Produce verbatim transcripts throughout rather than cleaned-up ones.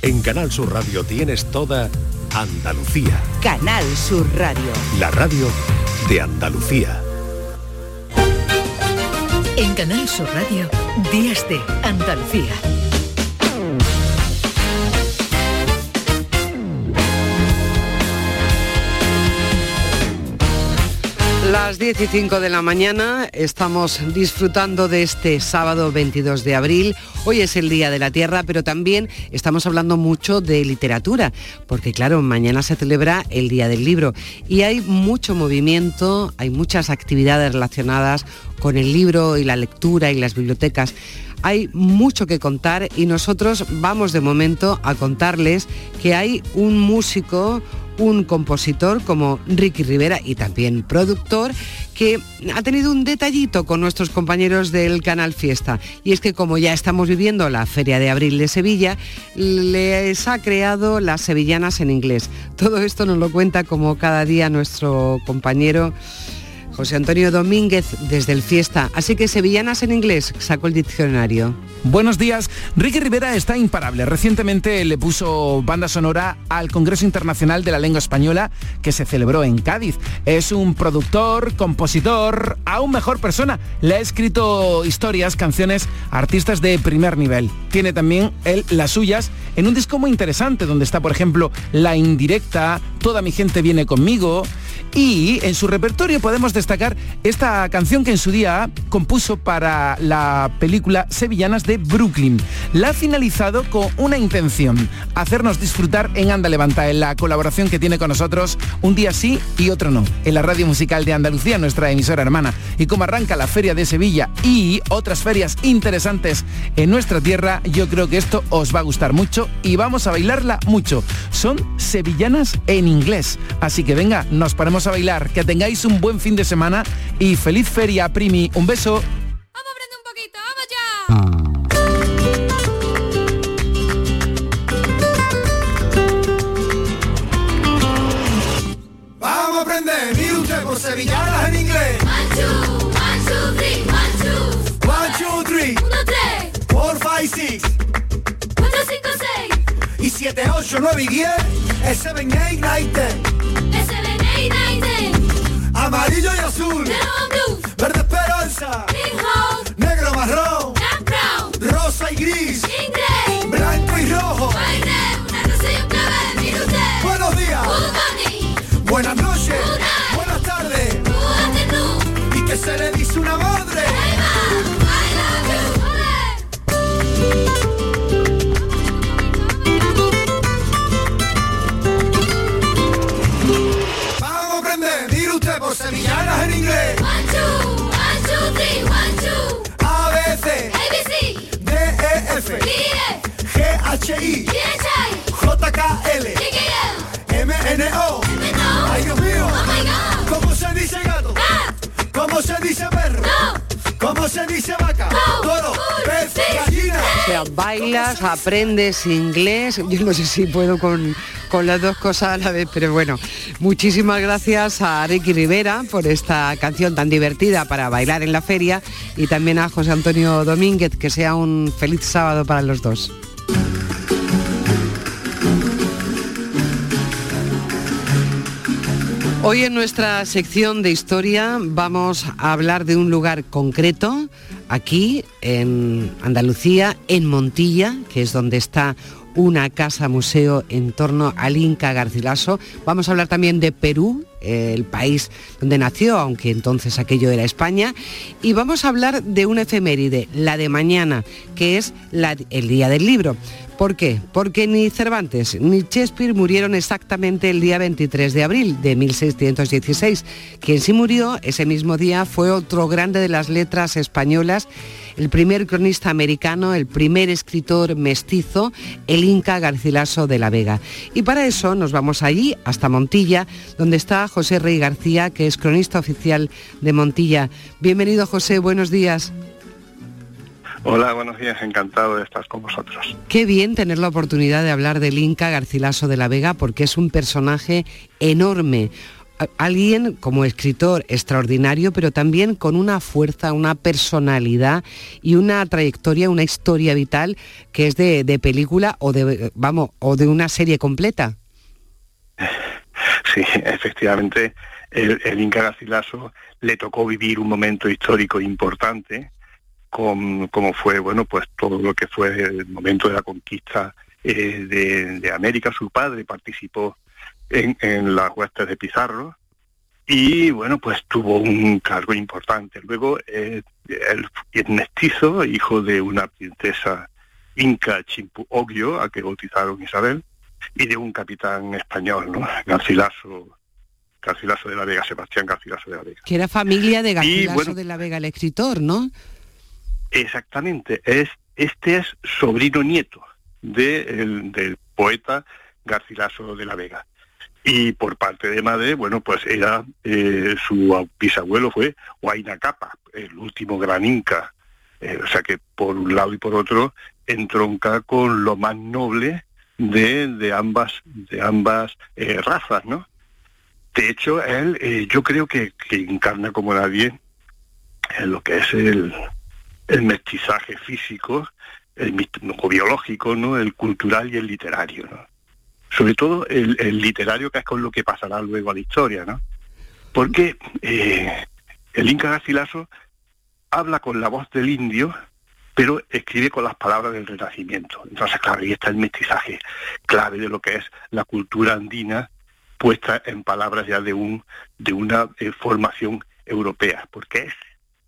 En Canal Sur Radio tienes toda Andalucía. Canal Sur Radio. La radio de Andalucía. En Canal Sur Radio, Días de Andalucía. Las diez y cinco de la mañana, estamos disfrutando de este sábado veintidós de abril. Hoy es el Día de la Tierra, pero también estamos hablando mucho de literatura, porque claro, mañana se celebra el Día del Libro y hay mucho movimiento, hay muchas actividades relacionadas con el libro y la lectura y las bibliotecas. Hay mucho que contar y nosotros vamos de momento a contarles que hay un músico, un compositor como Ricky Rivera y también productor que ha tenido un detallito con nuestros compañeros del Canal Fiesta, y es que como ya estamos viviendo la Feria de Abril de Sevilla, les ha creado las sevillanas en inglés. Todo esto nos lo cuenta como cada día nuestro compañero José Antonio Domínguez desde el Fiesta. Así que sevillanas en inglés, sacó el diccionario. Buenos días. Ricky Rivera está imparable. Recientemente le puso banda sonora al Congreso Internacional de la Lengua Española que se celebró en Cádiz. Es un productor, compositor, aún mejor persona. Le ha escrito historias, canciones a artistas de primer nivel. Tiene también él las suyas en un disco muy interesante donde está, por ejemplo, La Indirecta, Toda mi gente viene conmigo. Y en su repertorio podemos destacar esta canción que en su día compuso para la película Sevillanas de Brooklyn. La ha finalizado con una intención: hacernos disfrutar en Anda Levanta, en la colaboración que tiene con nosotros un día sí y otro no, en la Radio Musical de Andalucía, nuestra emisora hermana. Y como arranca la Feria de Sevilla y otras ferias interesantes en nuestra tierra, yo creo que esto os va a gustar mucho y vamos a bailarla mucho. Son sevillanas en inglés, así que venga, nos paremos a bailar, que tengáis un buen fin de semana y feliz feria, Primi. Un beso. Vamos a aprender un poquito, vamos ya. Vamos a aprender, mire usted, por sevillanas en inglés. One, two, one, two, three, one, two. One, two, three. Uno, tres. Four, five, six. Cuatro, cinco, seis. Y siete, ocho, nueve y diez. Es seven, eight, nine, ten. Es seven, eight, nine, ten. Amarillo y azul. Yellow and blue. Verde esperanza. Pink hope. Negro marrón. Black brown. Rosa y gris. Pink gray. Blanco y rojo. White red. Una rosa y un clavel. Mire usted. Buenos días. Good morning. Buenas noches. Good night. Buenas tardes. Good afternoon. ¿Y qué se le dice a una madre? Hey ma, I love you. Ole. Vamos a aprender, mire usted, por sevillanas en inglés. One, two, one, two, three, one, two. A, B, C. A, B, C. D, E, F. D, E. G, H, I. G, H, I. J, K, L. J, K, L. M, N, O. M, no. Ay, Dios mío. Oh my God. ¿Cómo se dice gato? Cat. ¿Cómo se dice perro? No. ¿Cómo se dice vaca? Cow. Toro. Bull. Pez. Fish. Gallina. O sea, bailas, aprendes inglés. Yo no sé si puedo con, con las dos cosas a la vez, pero bueno. Muchísimas gracias a Ricky Rivera por esta canción tan divertida para bailar en la feria y también a José Antonio Domínguez. Que sea un feliz sábado para los dos. Hoy en nuestra sección de historia vamos a hablar de un lugar concreto, aquí en Andalucía, en Montilla, que es donde está una casa museo en torno al Inca Garcilaso. Vamos a hablar también de Perú, el país donde nació, aunque entonces aquello era España, y vamos a hablar de una efeméride, la de mañana, que es la, el Día del Libro. ¿Por qué? Porque ni Cervantes ni Shakespeare murieron exactamente el día veintitrés de abril de mil seiscientos dieciséis. Quien sí murió ese mismo día fue otro grande de las letras españolas, el primer cronista americano, el primer escritor mestizo, el Inca Garcilaso de la Vega. Y para eso nos vamos allí, hasta Montilla, donde está José Rey García, que es cronista oficial de Montilla. Bienvenido, José, buenos días. Hola, buenos días, encantado de estar con vosotros. Qué bien tener la oportunidad de hablar del Inca Garcilaso de la Vega, porque es un personaje enorme. alguien como escritor extraordinario, pero también con una fuerza, una personalidad y una trayectoria, una historia vital que es de, de película o de, vamos, o de una serie completa. Sí, efectivamente, el, el Inca Garcilaso le tocó vivir un momento histórico importante, con, como fue, bueno, pues todo lo que fue el momento de la conquista eh, de, de América. Su padre participó en, en las huestes de Pizarro y, bueno, pues tuvo un cargo importante. Luego, eh, él es mestizo, hijo de una princesa inca Chimpu Oglio, a que bautizaron Isabel, y de un capitán español, ¿no? Garcilaso, Garcilaso de la Vega, Sebastián Garcilaso de la Vega. Que era familia de Garcilaso y, bueno, de la Vega, el escritor, ¿no? Exactamente, es, este es sobrino nieto de el, del poeta Garcilaso de la Vega. Y por parte de madre, bueno, pues era, eh, su bisabuelo fue Huayna Capa, el último gran inca. Eh, o sea que por un lado y por otro entronca con lo más noble de, de ambas de ambas eh, razas, ¿no? De hecho, él, eh, yo creo que, que encarna como nadie en lo que es el, el mestizaje físico, el biológico, ¿no? El cultural y el literario, ¿no? Sobre todo el, el literario, que es con lo que pasará luego a la historia, ¿no? Porque eh, el Inca Garcilaso habla con la voz del indio, pero escribe con las palabras del Renacimiento. Entonces, claro, ahí está el mestizaje clave de lo que es la cultura andina, puesta en palabras ya de un de una eh, formación europea, porque es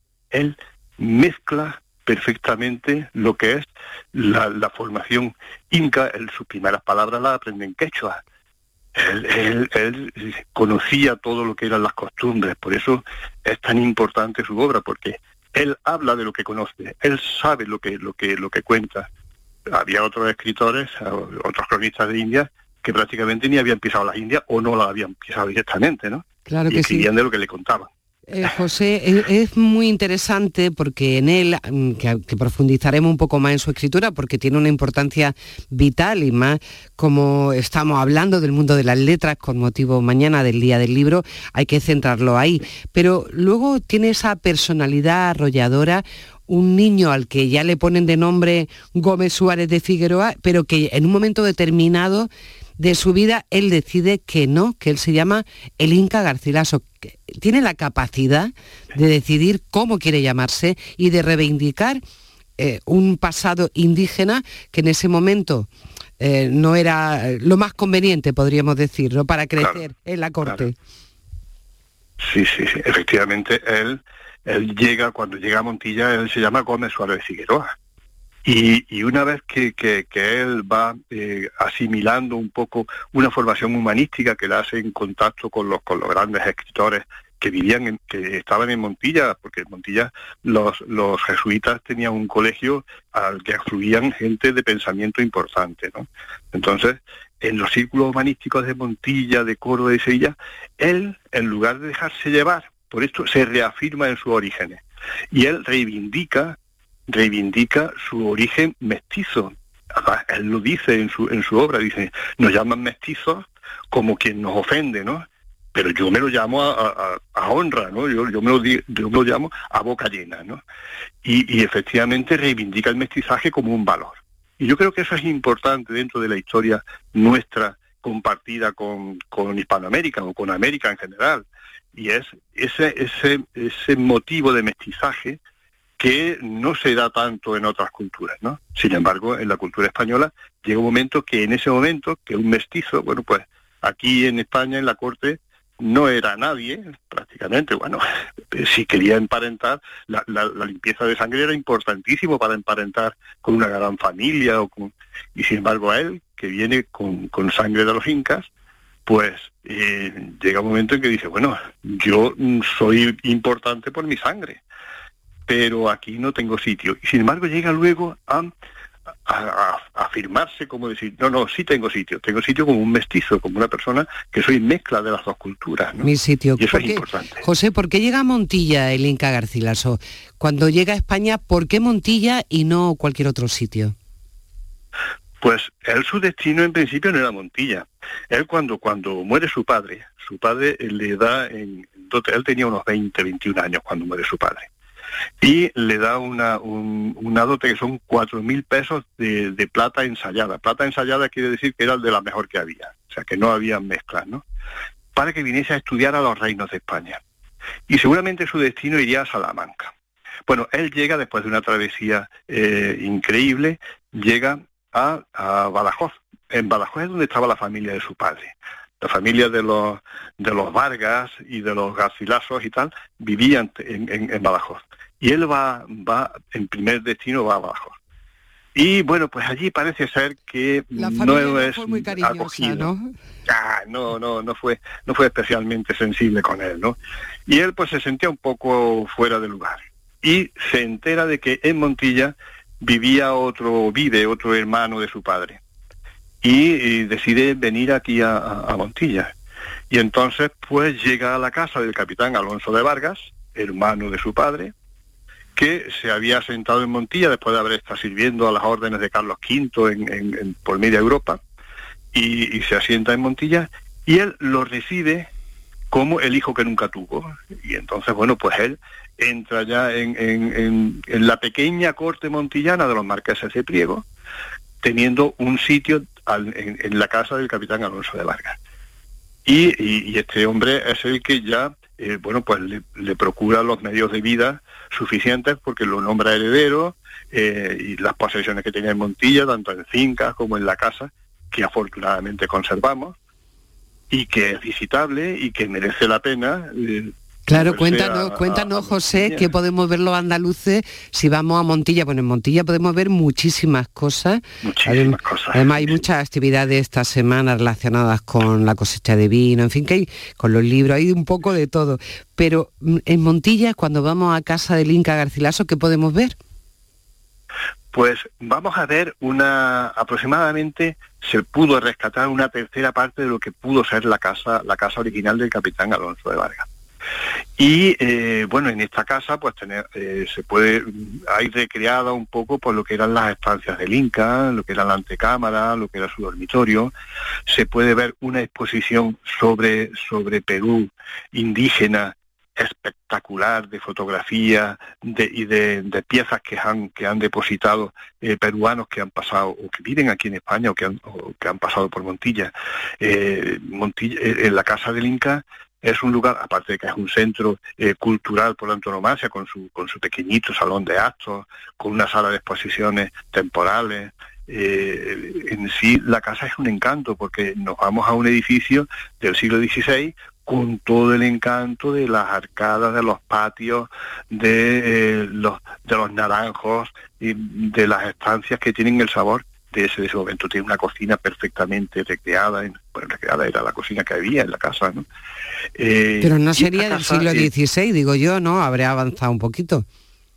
él mezcla perfectamente lo que es la, la formación inca. Él, sus primeras palabras las aprende en quechua. Él, él, él conocía todo lo que eran las costumbres, por eso es tan importante su obra, porque él habla de lo que conoce, él sabe lo que lo que lo que cuenta. Había otros escritores, otros cronistas de India, que prácticamente ni habían pisado las Indias o no las habían pisado directamente, ¿no? Claro que y escribían sí. de lo que le contaban. Eh, José, es, es muy interesante porque en él, que, que profundizaremos un poco más en su escritura, porque tiene una importancia vital y más como estamos hablando del mundo de las letras con motivo mañana del Día del Libro, hay que centrarlo ahí. Pero luego tiene esa personalidad arrolladora, un niño al que ya le ponen de nombre Gómez Suárez de Figueroa, pero que en un momento determinado de su vida él decide que no, que él se llama el Inca Garcilaso. Tiene la capacidad de decidir cómo quiere llamarse y de reivindicar eh, un pasado indígena que en ese momento eh, no era lo más conveniente, podríamos decir, ¿no? Para crecer claro, en la corte. Claro. Sí, sí, sí. Efectivamente, él, él llega, cuando llega a Montilla, él se llama Gómez Suárez de Figueroa. Y, y una vez que, que, que él va eh, asimilando un poco una formación humanística que la hace en contacto con los con los grandes escritores que vivían, en, que estaban en Montilla, porque en Montilla los, los jesuitas tenían un colegio al que afluían gente de pensamiento importante, ¿no? Entonces, en los círculos humanísticos de Montilla, de Córdoba y de Sevilla, él, en lugar de dejarse llevar por esto, se reafirma en sus orígenes. Y él reivindica reivindica su origen mestizo. Además, él lo dice en su en su obra, dice, nos llaman mestizos como quien nos ofende, ¿no? Pero yo me lo llamo a, a, a honra, ¿no? Yo, yo, me lo di, yo me lo llamo a boca llena, ¿no? Y, y efectivamente reivindica el mestizaje como un valor. Y yo creo que eso es importante dentro de la historia nuestra compartida con, con Hispanoamérica o con América en general. Y es ese, ese, ese motivo de mestizaje que no se da tanto en otras culturas, ¿no? Sin embargo, en la cultura española llega un momento que en ese momento, que un mestizo, bueno, pues aquí en España, en la corte, no era nadie, prácticamente. Bueno, si quería emparentar, la, la, la limpieza de sangre era importantísimo para emparentar con una gran familia, o con, y sin embargo a él, que viene con, con sangre de los incas, pues eh, llega un momento en que dice, bueno, yo soy importante por mi sangre, pero aquí no tengo sitio. Y sin embargo llega luego a, a, a, a afirmarse como decir, no, no, sí tengo sitio, tengo sitio como un mestizo, como una persona que soy mezcla de las dos culturas, ¿no? Mi sitio. Y eso es qué, importante. José, ¿por qué llega a Montilla el Inca Garcilaso? Cuando llega a España, ¿por qué Montilla y no cualquier otro sitio? Pues él, su destino en principio no era Montilla. Él cuando, cuando muere su padre, su padre le da, en, él tenía unos veinte, veintiún años cuando muere su padre, y le da una, un, una dote que son cuatro mil pesos de, de plata ensayada. Plata ensayada quiere decir que era de la mejor que había, o sea que no había mezclas, ¿no? Para que viniese a estudiar a los reinos de España. Y seguramente su destino iría a Salamanca. Bueno, él llega, después de una travesía eh, increíble, llega a, a Badajoz. En Badajoz es donde estaba la familia de su padre. La familia de los de los Vargas y de los Garcilasos y tal, vivían en, en, en Badajoz. Y él va, va, en primer destino va a Badajoz. Y bueno, pues allí parece ser que la no, no es fue muy cariñosa, acogido. ¿no? Ah, no, no, no fue, no fue especialmente sensible con él, ¿no? Y él pues se sentía un poco fuera de lugar. Y se entera de que en Montilla vivía otro, vive otro hermano de su padre. Y, y decide venir aquí a, a Montilla. Y entonces pues llega a la casa del capitán Alonso de Vargas, hermano de su padre, que se había asentado en Montilla después de haber estado sirviendo a las órdenes de Carlos quinto en, en, en, por media Europa, y, y se asienta en Montilla, y él lo recibe como el hijo que nunca tuvo. Y entonces, bueno, pues él entra ya en, en, en, en la pequeña corte montillana de los marqueses de Priego, teniendo un sitio al, en, en la casa del capitán Alonso de Vargas. Y, y, y este hombre es el que ya, eh, bueno, pues le, le procura los medios de vida suficientes, porque lo nombra heredero, eh, y las posesiones que tenía en Montilla, tanto en fincas como en la casa, que afortunadamente conservamos, y que es visitable y que merece la pena. Eh, Claro, cuéntanos, a, cuéntanos, a, a José, que podemos ver los andaluces si vamos a Montilla. Bueno, en Montilla podemos ver muchísimas cosas. Muchísimas Adem- cosas. Además, hay muchas actividades esta semana relacionadas con la cosecha de vino, en fin, que hay con los libros, hay un poco de todo. Pero en Montilla, cuando vamos a casa del Inca Garcilaso, ¿qué podemos ver? Pues vamos a ver una, aproximadamente se pudo rescatar una tercera parte de lo que pudo ser la casa, la casa original del capitán Alonso de Vargas. Y eh, bueno, en esta casa pues tener, eh, se puede, hay recreada un poco por lo que eran las estancias del Inca, lo que era la antecámara, lo que era su dormitorio. Se puede ver una exposición sobre, sobre Perú indígena espectacular, de fotografía de, y de, de piezas que han que han depositado eh, peruanos que han pasado o que viven aquí en España o que han, o que han pasado por Montilla. Eh, Montilla, eh, en la casa del Inca es un lugar, aparte de que es un centro eh, cultural por antonomasia, con su con su pequeñito salón de actos, con una sala de exposiciones temporales. Eh, en sí la casa es un encanto, porque nos vamos a un edificio del siglo dieciséis con todo el encanto de las arcadas, de los patios, de eh, los de los naranjos y de las estancias que tienen el sabor de ese, de ese momento. Tiene una cocina perfectamente recreada, en, bueno, recreada era la cocina que había en la casa, ¿no? Eh, Pero no sería del casa, siglo eh, dieciséis, digo yo, ¿no? Habría avanzado un poquito.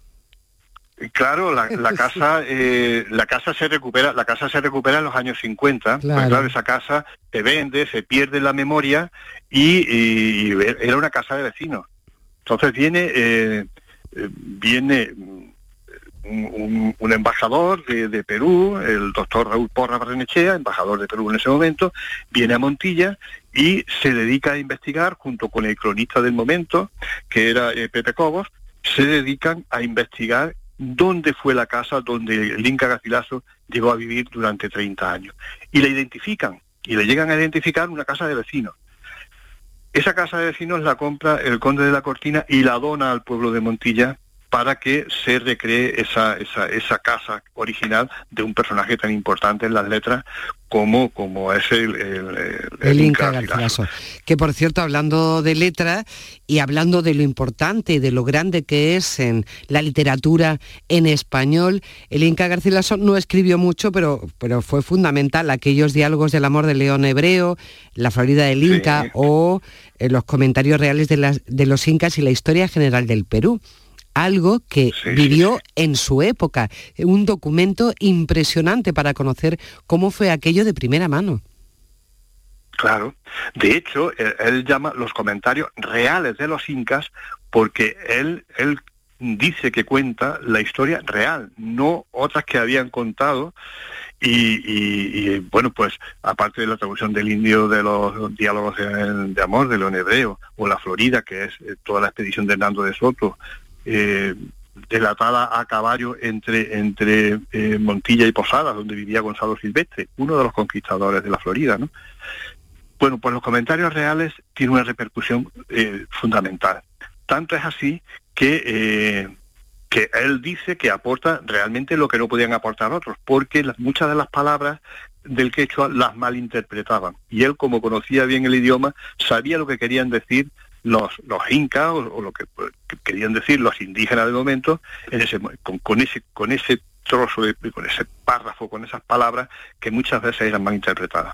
Claro, la, la casa eh, la casa se recupera la casa se recupera en los años cincuenta. Claro. Pues claro, esa casa se vende, se pierde en la memoria y, y, y era una casa de vecinos. Entonces viene eh, viene un, un, un embajador de, de Perú, el doctor Raúl Porras Barrenechea, embajador de Perú en ese momento, viene a Montilla y se dedica a investigar, junto con el cronista del momento, que era eh, Pepe Cobos, se dedican a investigar dónde fue la casa donde el Inca Garcilaso llegó a vivir durante treinta años. Y la identifican, y le llegan a identificar una casa de vecinos. Esa casa de vecinos la compra el conde de la Cortina y la dona al pueblo de Montilla para que se recree esa, esa, esa casa original de un personaje tan importante en las letras como, como es el, el, el, el Inca Garcilaso. Que por cierto, hablando de letras y hablando de lo importante y de lo grande que es en la literatura en español, el Inca Garcilaso no escribió mucho, pero, pero fue fundamental. Aquellos diálogos del amor de León Hebreo, La Florida del Inca, sí, o eh, los comentarios reales de, las, de los incas y la historia general del Perú. Algo que sí, vivió sí. en su época, un documento impresionante para conocer cómo fue aquello de primera mano. Claro, de hecho, él, él llama los comentarios reales de los incas porque él, él dice que cuenta la historia real, no otras que habían contado, Y, y, y bueno, pues aparte de la traducción del indio de los diálogos de, de amor de León Hebreo, o La Florida, que es eh, toda la expedición de Hernando de Soto, eh, delatada a caballo entre entre eh, Montilla y Posadas, donde vivía Gonzalo Silvestre, uno de los conquistadores de la Florida, ¿no? Bueno, pues los comentarios reales tienen una repercusión eh, fundamental. Tanto es así que eh, que él dice que aporta realmente lo que no podían aportar otros, porque las, muchas de las palabras del quechua las malinterpretaban. Y él, como conocía bien el idioma, sabía lo que querían decir los los incas o, o lo que, que querían decir los indígenas del momento en ese con, con ese con ese trozo de, con ese párrafo, con esas palabras que muchas veces eran mal interpretadas.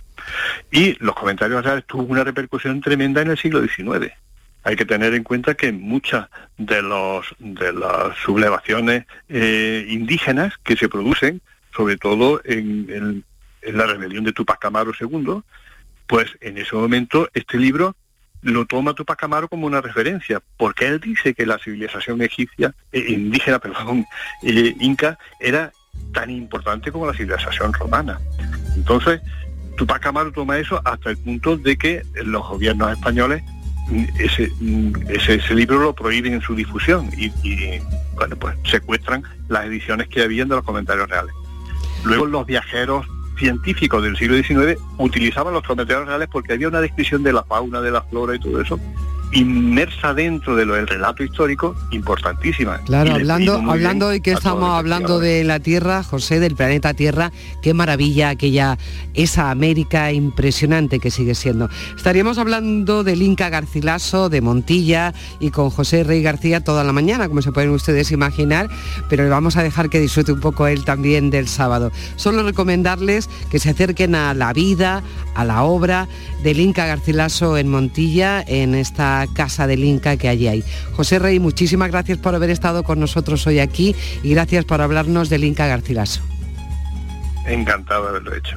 Y los comentarios reales tuvo una repercusión tremenda en el siglo diecinueve. Hay que tener en cuenta que muchas de los de las sublevaciones eh, indígenas que se producen, sobre todo en, en, en la rebelión de Tupac Amaru segundo, pues en ese momento este libro lo toma Tupac Amaru como una referencia, porque él dice que la civilización egipcia, eh, indígena, perdón, eh, inca, era tan importante como la civilización romana. Entonces, Tupac Amaru toma eso hasta el punto de que los gobiernos españoles ese, ese, ese libro lo prohíben en su difusión y, y bueno, pues secuestran las ediciones que habían de los comentarios reales. Luego los viajeros científicos del siglo diecinueve utilizaban los comentarios reales porque había una descripción de la fauna, de la flora y todo eso inmersa dentro de lo del relato histórico importantísima. Claro, hablando hablando hoy que estamos hablando de la Tierra, José, del planeta Tierra, qué maravilla aquella, esa América impresionante que sigue siendo. Estaríamos hablando del Inca Garcilaso, de Montilla, y con José Rey García toda la mañana, como se pueden ustedes imaginar, pero le vamos a dejar que disfrute un poco él también del sábado. Solo recomendarles que se acerquen a la vida, a la obra del Inca Garcilaso en Montilla, en esta Casa del Inca que allí hay. José Rey, muchísimas gracias por haber estado con nosotros hoy aquí y gracias por hablarnos del Inca Garcilaso. Encantado de haberlo hecho.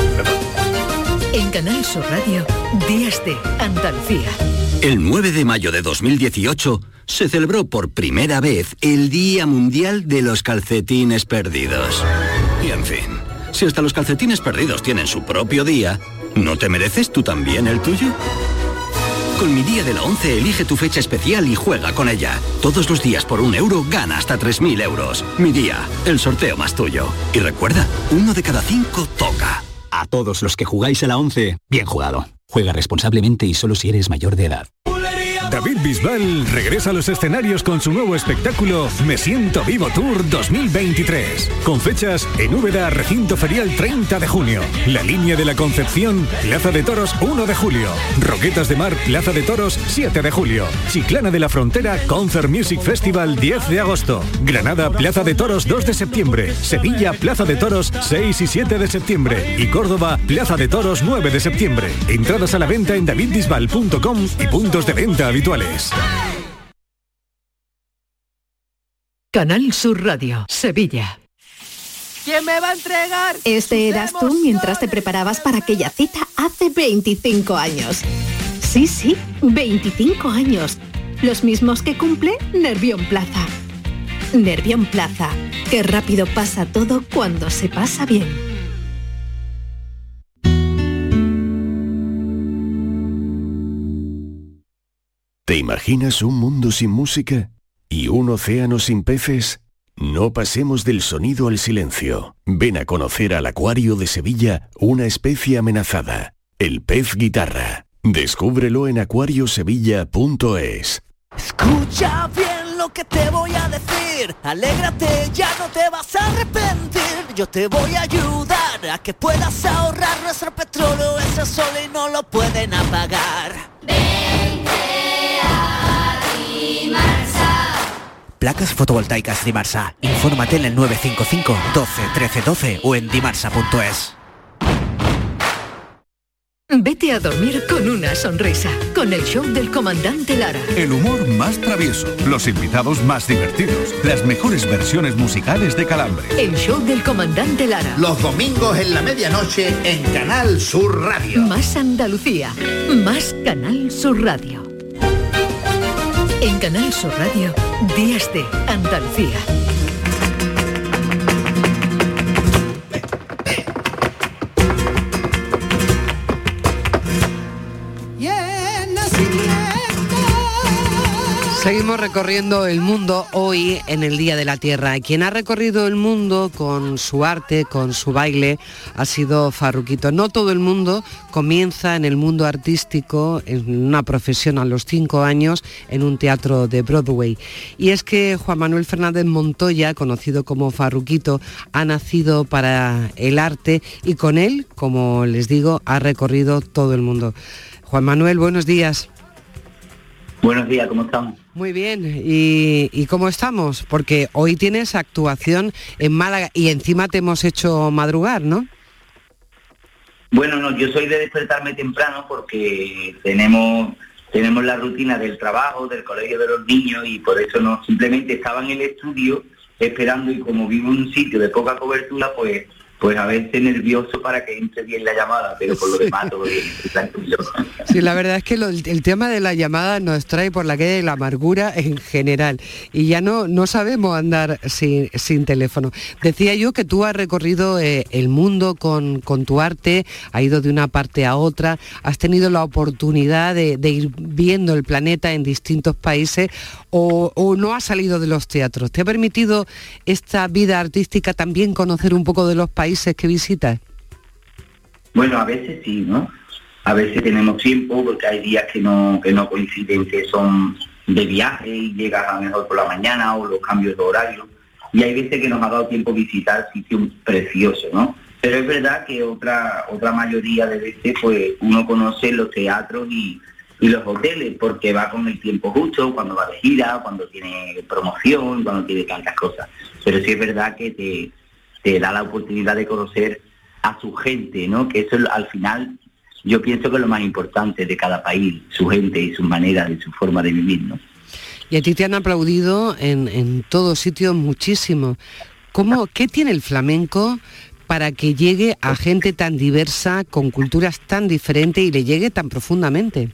En Canal Sur Radio, Días de Andalucía. El nueve de mayo de dos mil dieciocho se celebró por primera vez el Día Mundial de los Calcetines Perdidos. Y en fin, si hasta los calcetines perdidos tienen su propio día, ¿no te mereces tú también el tuyo? Con Mi Día de la once elige tu fecha especial y juega con ella. Todos los días por un euro gana hasta tres mil euros. Mi Día, el sorteo más tuyo. Y recuerda, uno de cada cinco toca. A todos los que jugáis a la once, bien jugado. Juega responsablemente y solo si eres mayor de edad. David Bisbal regresa a los escenarios con su nuevo espectáculo Me Siento Vivo Tour dos mil veintitrés, con fechas en Úbeda, Recinto Ferial treinta de junio, La Línea de la Concepción, Plaza de Toros uno de julio, Roquetas de Mar, Plaza de Toros siete de julio, Chiclana de la Frontera Concert Music Festival diez de agosto, Granada, Plaza de Toros dos de septiembre, Sevilla, Plaza de Toros seis y siete de septiembre y Córdoba, Plaza de Toros nueve de septiembre. Entradas a la venta en david bisbal punto com y puntos de venta habituales. Canal Sur Radio, Sevilla. ¿Quién me va a entregar? Este eras tú mientras te preparabas para aquella cita hace veinticinco años. Sí, sí, veinticinco años. Los mismos que cumple Nervión Plaza. Nervión Plaza. Qué rápido pasa todo cuando se pasa bien. ¿Te imaginas un mundo sin música? ¿Y un océano sin peces? No pasemos del sonido al silencio. Ven a conocer al Acuario de Sevilla, una especie amenazada, el pez guitarra. Descúbrelo en acuario sevilla punto es. Escucha bien lo que te voy a decir. Alégrate, ya no te vas a arrepentir. Yo te voy a ayudar a que puedas ahorrar. Nuestro petróleo es el sol y no lo pueden apagar. Vente a Dimarsa. Placas fotovoltaicas Dimarsa. Infórmate en el nueve cinco cinco, doce, trece, doce o en dimarsa punto es. Vete a dormir con una sonrisa, con el show del comandante Lara. El humor más travieso, los invitados más divertidos, las mejores versiones musicales de Calambre. El show del comandante Lara. Los domingos en la medianoche en Canal Sur Radio. Más Andalucía, más Canal Sur Radio. En Canal Sur Radio, Días de Andalucía. Seguimos recorriendo el mundo hoy en el Día de la Tierra. Quien ha recorrido el mundo con su arte, con su baile, ha sido Farruquito. No todo el mundo comienza en el mundo artístico, en una profesión a los cinco años, en un teatro de Broadway. Y es que Juan Manuel Fernández Montoya, conocido como Farruquito, ha nacido para el arte y con él, como les digo, ha recorrido todo el mundo. Juan Manuel, buenos días. Buenos días, ¿cómo estamos? Muy bien, ¿Y, ¿y cómo estamos? Porque hoy tienes actuación en Málaga y encima te hemos hecho madrugar, ¿no? Bueno, no, yo soy de despertarme temprano porque tenemos tenemos la rutina del trabajo, del colegio de los niños y por eso no, simplemente estaba en el estudio esperando y como vivo en un sitio de poca cobertura, pues pues a veces nervioso para que entre bien la llamada, pero por lo demás todo bien, tranquilo. Sí, la verdad es que lo, el tema de la llamada nos trae por la calle de la amargura en general y ya no, no sabemos andar sin, sin teléfono. Decía yo que tú has recorrido eh, el mundo con, con tu arte, has ido de una parte a otra, has tenido la oportunidad de, de ir viendo el planeta en distintos países o, o no has salido de los teatros. ¿Te ha permitido esta vida artística también conocer un poco de los países que visitas? Bueno, a veces sí, ¿no? A veces tenemos tiempo porque hay días que no que no coinciden, que son de viaje y llegas a lo mejor por la mañana o los cambios de horario. Y hay veces que nos ha dado tiempo visitar sitios preciosos, ¿no? Pero es verdad que otra otra mayoría de veces pues uno conoce los teatros y, y los hoteles porque va con el tiempo justo, cuando va de gira, cuando tiene promoción, cuando tiene tantas cosas. Pero sí es verdad que te te da la oportunidad de conocer a su gente, ¿no? Que eso al final yo pienso que es lo más importante de cada país, su gente y su manera, de su forma de vivir, ¿no? Y a ti te han aplaudido en, en todos sitios muchísimo. ¿Cómo, qué tiene el flamenco para que llegue a gente tan diversa, con culturas tan diferentes y le llegue tan profundamente?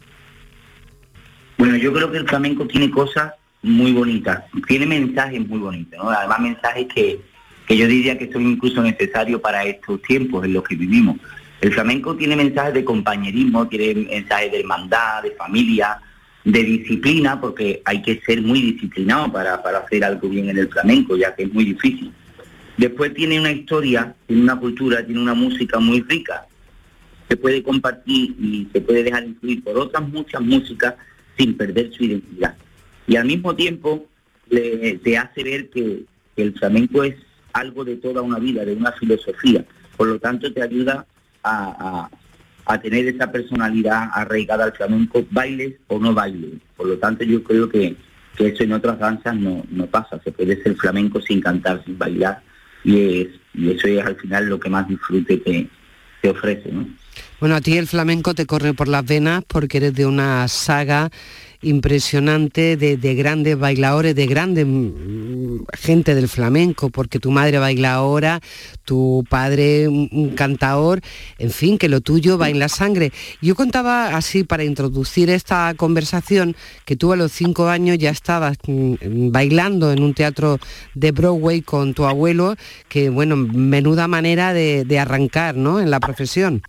Bueno, yo creo que el flamenco tiene cosas muy bonitas, tiene mensajes muy bonitos, ¿no? Además mensajes que que yo diría que son incluso necesarios para estos tiempos en los que vivimos. El flamenco tiene mensajes de compañerismo, tiene mensajes de hermandad, de familia, de disciplina, porque hay que ser muy disciplinado para, para hacer algo bien en el flamenco, ya que es muy difícil. Después tiene una historia, tiene una cultura, tiene una música muy rica, se puede compartir y se puede dejar influir por otras muchas músicas sin perder su identidad. Y al mismo tiempo le, te hace ver que, que el flamenco es algo de toda una vida, de una filosofía. Por lo tanto, te ayuda a, a, a tener esa personalidad arraigada al flamenco, bailes o no bailes. Por lo tanto, yo creo que, que eso en otras danzas no, no pasa. Se puede ser flamenco sin cantar, sin bailar, y, es, y eso es al final lo que más disfrute te, te ofrece, ¿no? Bueno, a ti el flamenco te corre por las venas porque eres de una saga impresionante de, de grandes bailadores, de grande mm, gente del flamenco, porque tu madre baila ahora, tu padre un, un cantador, en fin, que lo tuyo va en la sangre. Yo contaba así para introducir esta conversación que tú a los cinco años ya estabas mm, bailando en un teatro de Broadway con tu abuelo, que bueno, menuda manera de, de arrancar, ¿no?, en la profesión.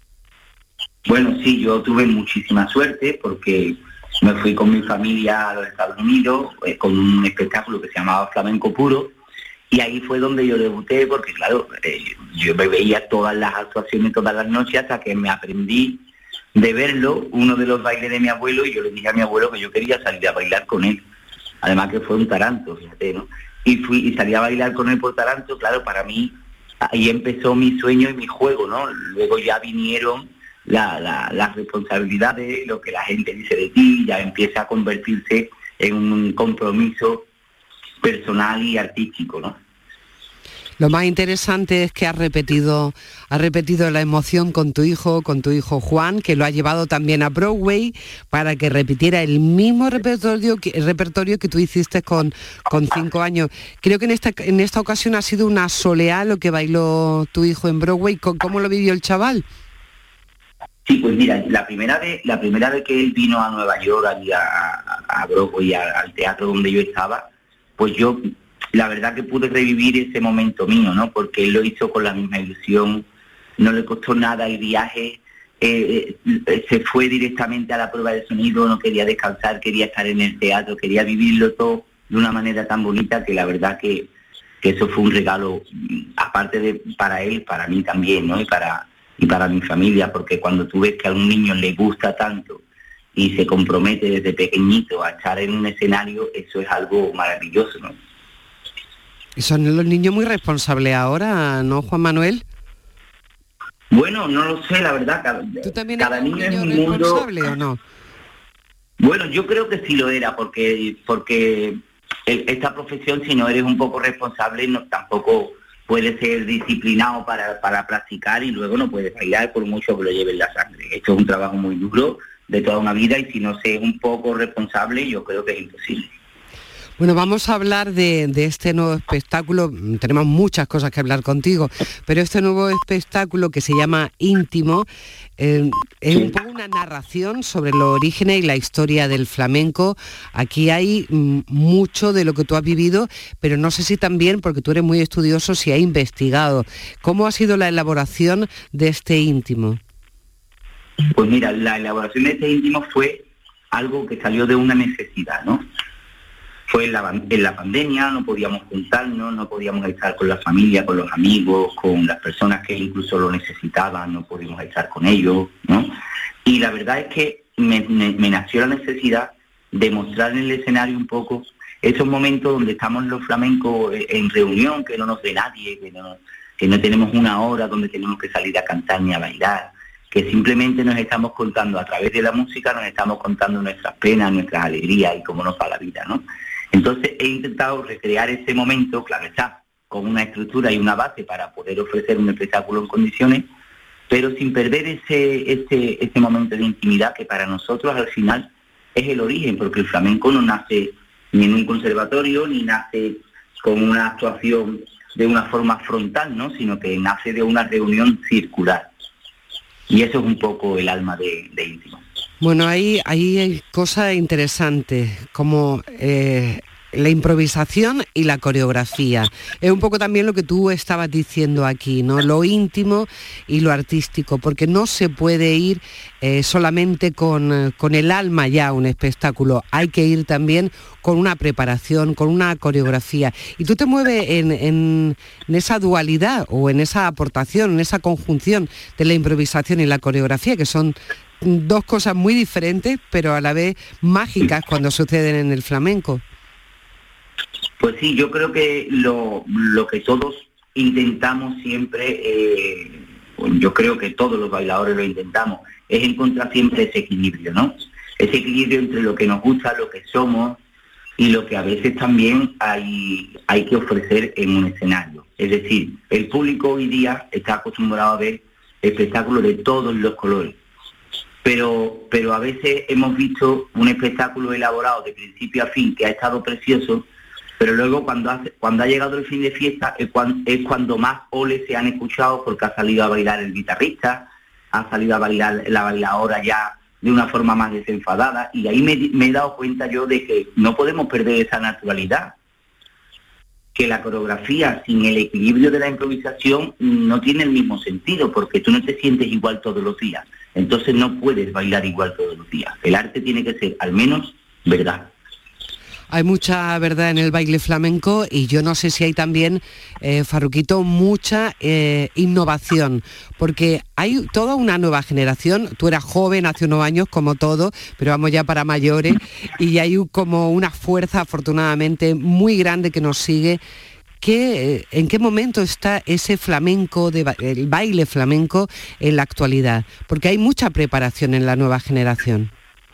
Bueno, sí, yo tuve muchísima suerte porque me fui con mi familia a los Estados Unidos eh, con un espectáculo que se llamaba Flamenco Puro y ahí fue donde yo debuté porque claro, eh, yo me veía todas las actuaciones todas las noches hasta que me aprendí de verlo, uno de los bailes de mi abuelo, y yo le dije a mi abuelo que yo quería salir a bailar con él, además que fue un taranto, fíjate, ¿no? Y fui y salí a bailar con él por taranto, claro, para mí ahí empezó mi sueño y mi juego, ¿no? Luego ya vinieron La, la, las responsabilidades, lo que la gente dice de ti, ya empieza a convertirse en un compromiso personal y artístico, ¿no? Lo más interesante es que has repetido, has repetido la emoción con tu hijo, con tu hijo Juan, que lo ha llevado también a Broadway para que repitiera el mismo repertorio que, el repertorio que tú hiciste con, con cinco años. Creo que en esta, en esta ocasión ha sido una soleá lo que bailó tu hijo en Broadway. ¿Cómo lo vivió el chaval? Sí, pues mira, la primera vez, la primera vez que él vino a Nueva York, allí a, a, a Broadway, a, al teatro donde yo estaba, pues yo, la verdad que pude revivir ese momento mío, ¿no? Porque él lo hizo con la misma ilusión, no le costó nada el viaje, eh, eh, se fue directamente a la prueba de sonido, no quería descansar, quería estar en el teatro, quería vivirlo todo de una manera tan bonita que la verdad que, que eso fue un regalo, aparte de para él, para mí también, ¿no? Y para, y para mi familia, porque cuando tú ves que a un niño le gusta tanto y se compromete desde pequeñito a estar en un escenario, eso es algo maravilloso, ¿no? Y son los niños muy responsables ahora, ¿no, Juan Manuel? Bueno, no lo sé, la verdad. Cada, ¿Tú también cada eres un niño es niño un mundo responsable o no? Bueno, yo creo que sí lo era, porque porque el, esta profesión, si no eres un poco responsable, no, tampoco puedes ser disciplinado para, para practicar y luego no puedes bailar por mucho que lo lleves en la sangre. Esto es un trabajo muy duro de toda una vida y si no se es un poco responsable, yo creo que es imposible. Bueno, vamos a hablar de, de este nuevo espectáculo. Tenemos muchas cosas que hablar contigo, pero este nuevo espectáculo que se llama Íntimo eh, es un poco una narración sobre los orígenes y la historia del flamenco. Aquí hay mm, mucho de lo que tú has vivido, pero no sé si también, porque tú eres muy estudioso, si has investigado. ¿Cómo ha sido la elaboración de este Íntimo? Pues mira, la elaboración de este Íntimo fue algo que salió de una necesidad, ¿no? Fue en la, en la pandemia, no podíamos juntarnos, no podíamos estar con la familia, con los amigos, con las personas que incluso lo necesitaban, no podíamos estar con ellos, ¿no? Y la verdad es que me, me, me nació la necesidad de mostrar en el escenario un poco esos momentos donde estamos los flamencos en reunión, que no nos ve nadie, que no, que no tenemos una hora donde tenemos que salir a cantar ni a bailar, que simplemente nos estamos contando a través de la música, nos estamos contando nuestras penas, nuestras alegrías y cómo nos va la vida, ¿no? Entonces he intentado recrear ese momento, claro está, con una estructura y una base para poder ofrecer un espectáculo en condiciones, pero sin perder ese, ese, ese momento de intimidad que para nosotros al final es el origen, porque el flamenco no nace ni en un conservatorio, ni nace con una actuación de una forma frontal, ¿no? Sino que nace de una reunión circular. Y eso es un poco el alma de, de Íntimo. Bueno, ahí, ahí hay cosas interesantes, como eh, la improvisación y la coreografía. Es un poco también lo que tú estabas diciendo aquí, ¿no? Lo íntimo y lo artístico, porque no se puede ir eh, solamente con, con el alma ya a un espectáculo. Hay que ir también con una preparación, con una coreografía. Y tú te mueves en, en, en esa dualidad o en esa aportación, en esa conjunción de la improvisación y la coreografía, que son dos cosas muy diferentes, pero a la vez mágicas cuando suceden en el flamenco. Pues sí, yo creo que lo, lo que todos intentamos siempre, eh, yo creo que todos los bailadores lo intentamos, es encontrar siempre ese equilibrio, ¿no? Ese equilibrio entre lo que nos gusta, lo que somos y lo que a veces también hay, hay que ofrecer en un escenario. Es decir, el público hoy día está acostumbrado a ver espectáculos de todos los colores. Pero, pero a veces hemos visto un espectáculo elaborado de principio a fin que ha estado precioso, pero luego cuando, hace, cuando ha llegado el fin de fiesta es cuando, es cuando más oles se han escuchado porque ha salido a bailar el guitarrista, ha salido a bailar la bailadora ya de una forma más desenfadada y ahí me, me he dado cuenta yo de que no podemos perder esa naturalidad, que la coreografía sin el equilibrio de la improvisación no tiene el mismo sentido porque tú no te sientes igual todos los días. Entonces no puedes bailar igual todos los días. El arte tiene que ser, al menos, verdad. Hay mucha verdad en el baile flamenco y yo no sé si hay también, eh, Farruquito, mucha eh, innovación, porque hay toda una nueva generación. Tú eras joven hace unos años, como todo, pero vamos ya para mayores, y hay como una fuerza, afortunadamente, muy grande que nos sigue. ¿Qué, ¿En qué momento está ese flamenco, de, el baile flamenco en la actualidad? Porque hay mucha preparación en la nueva generación.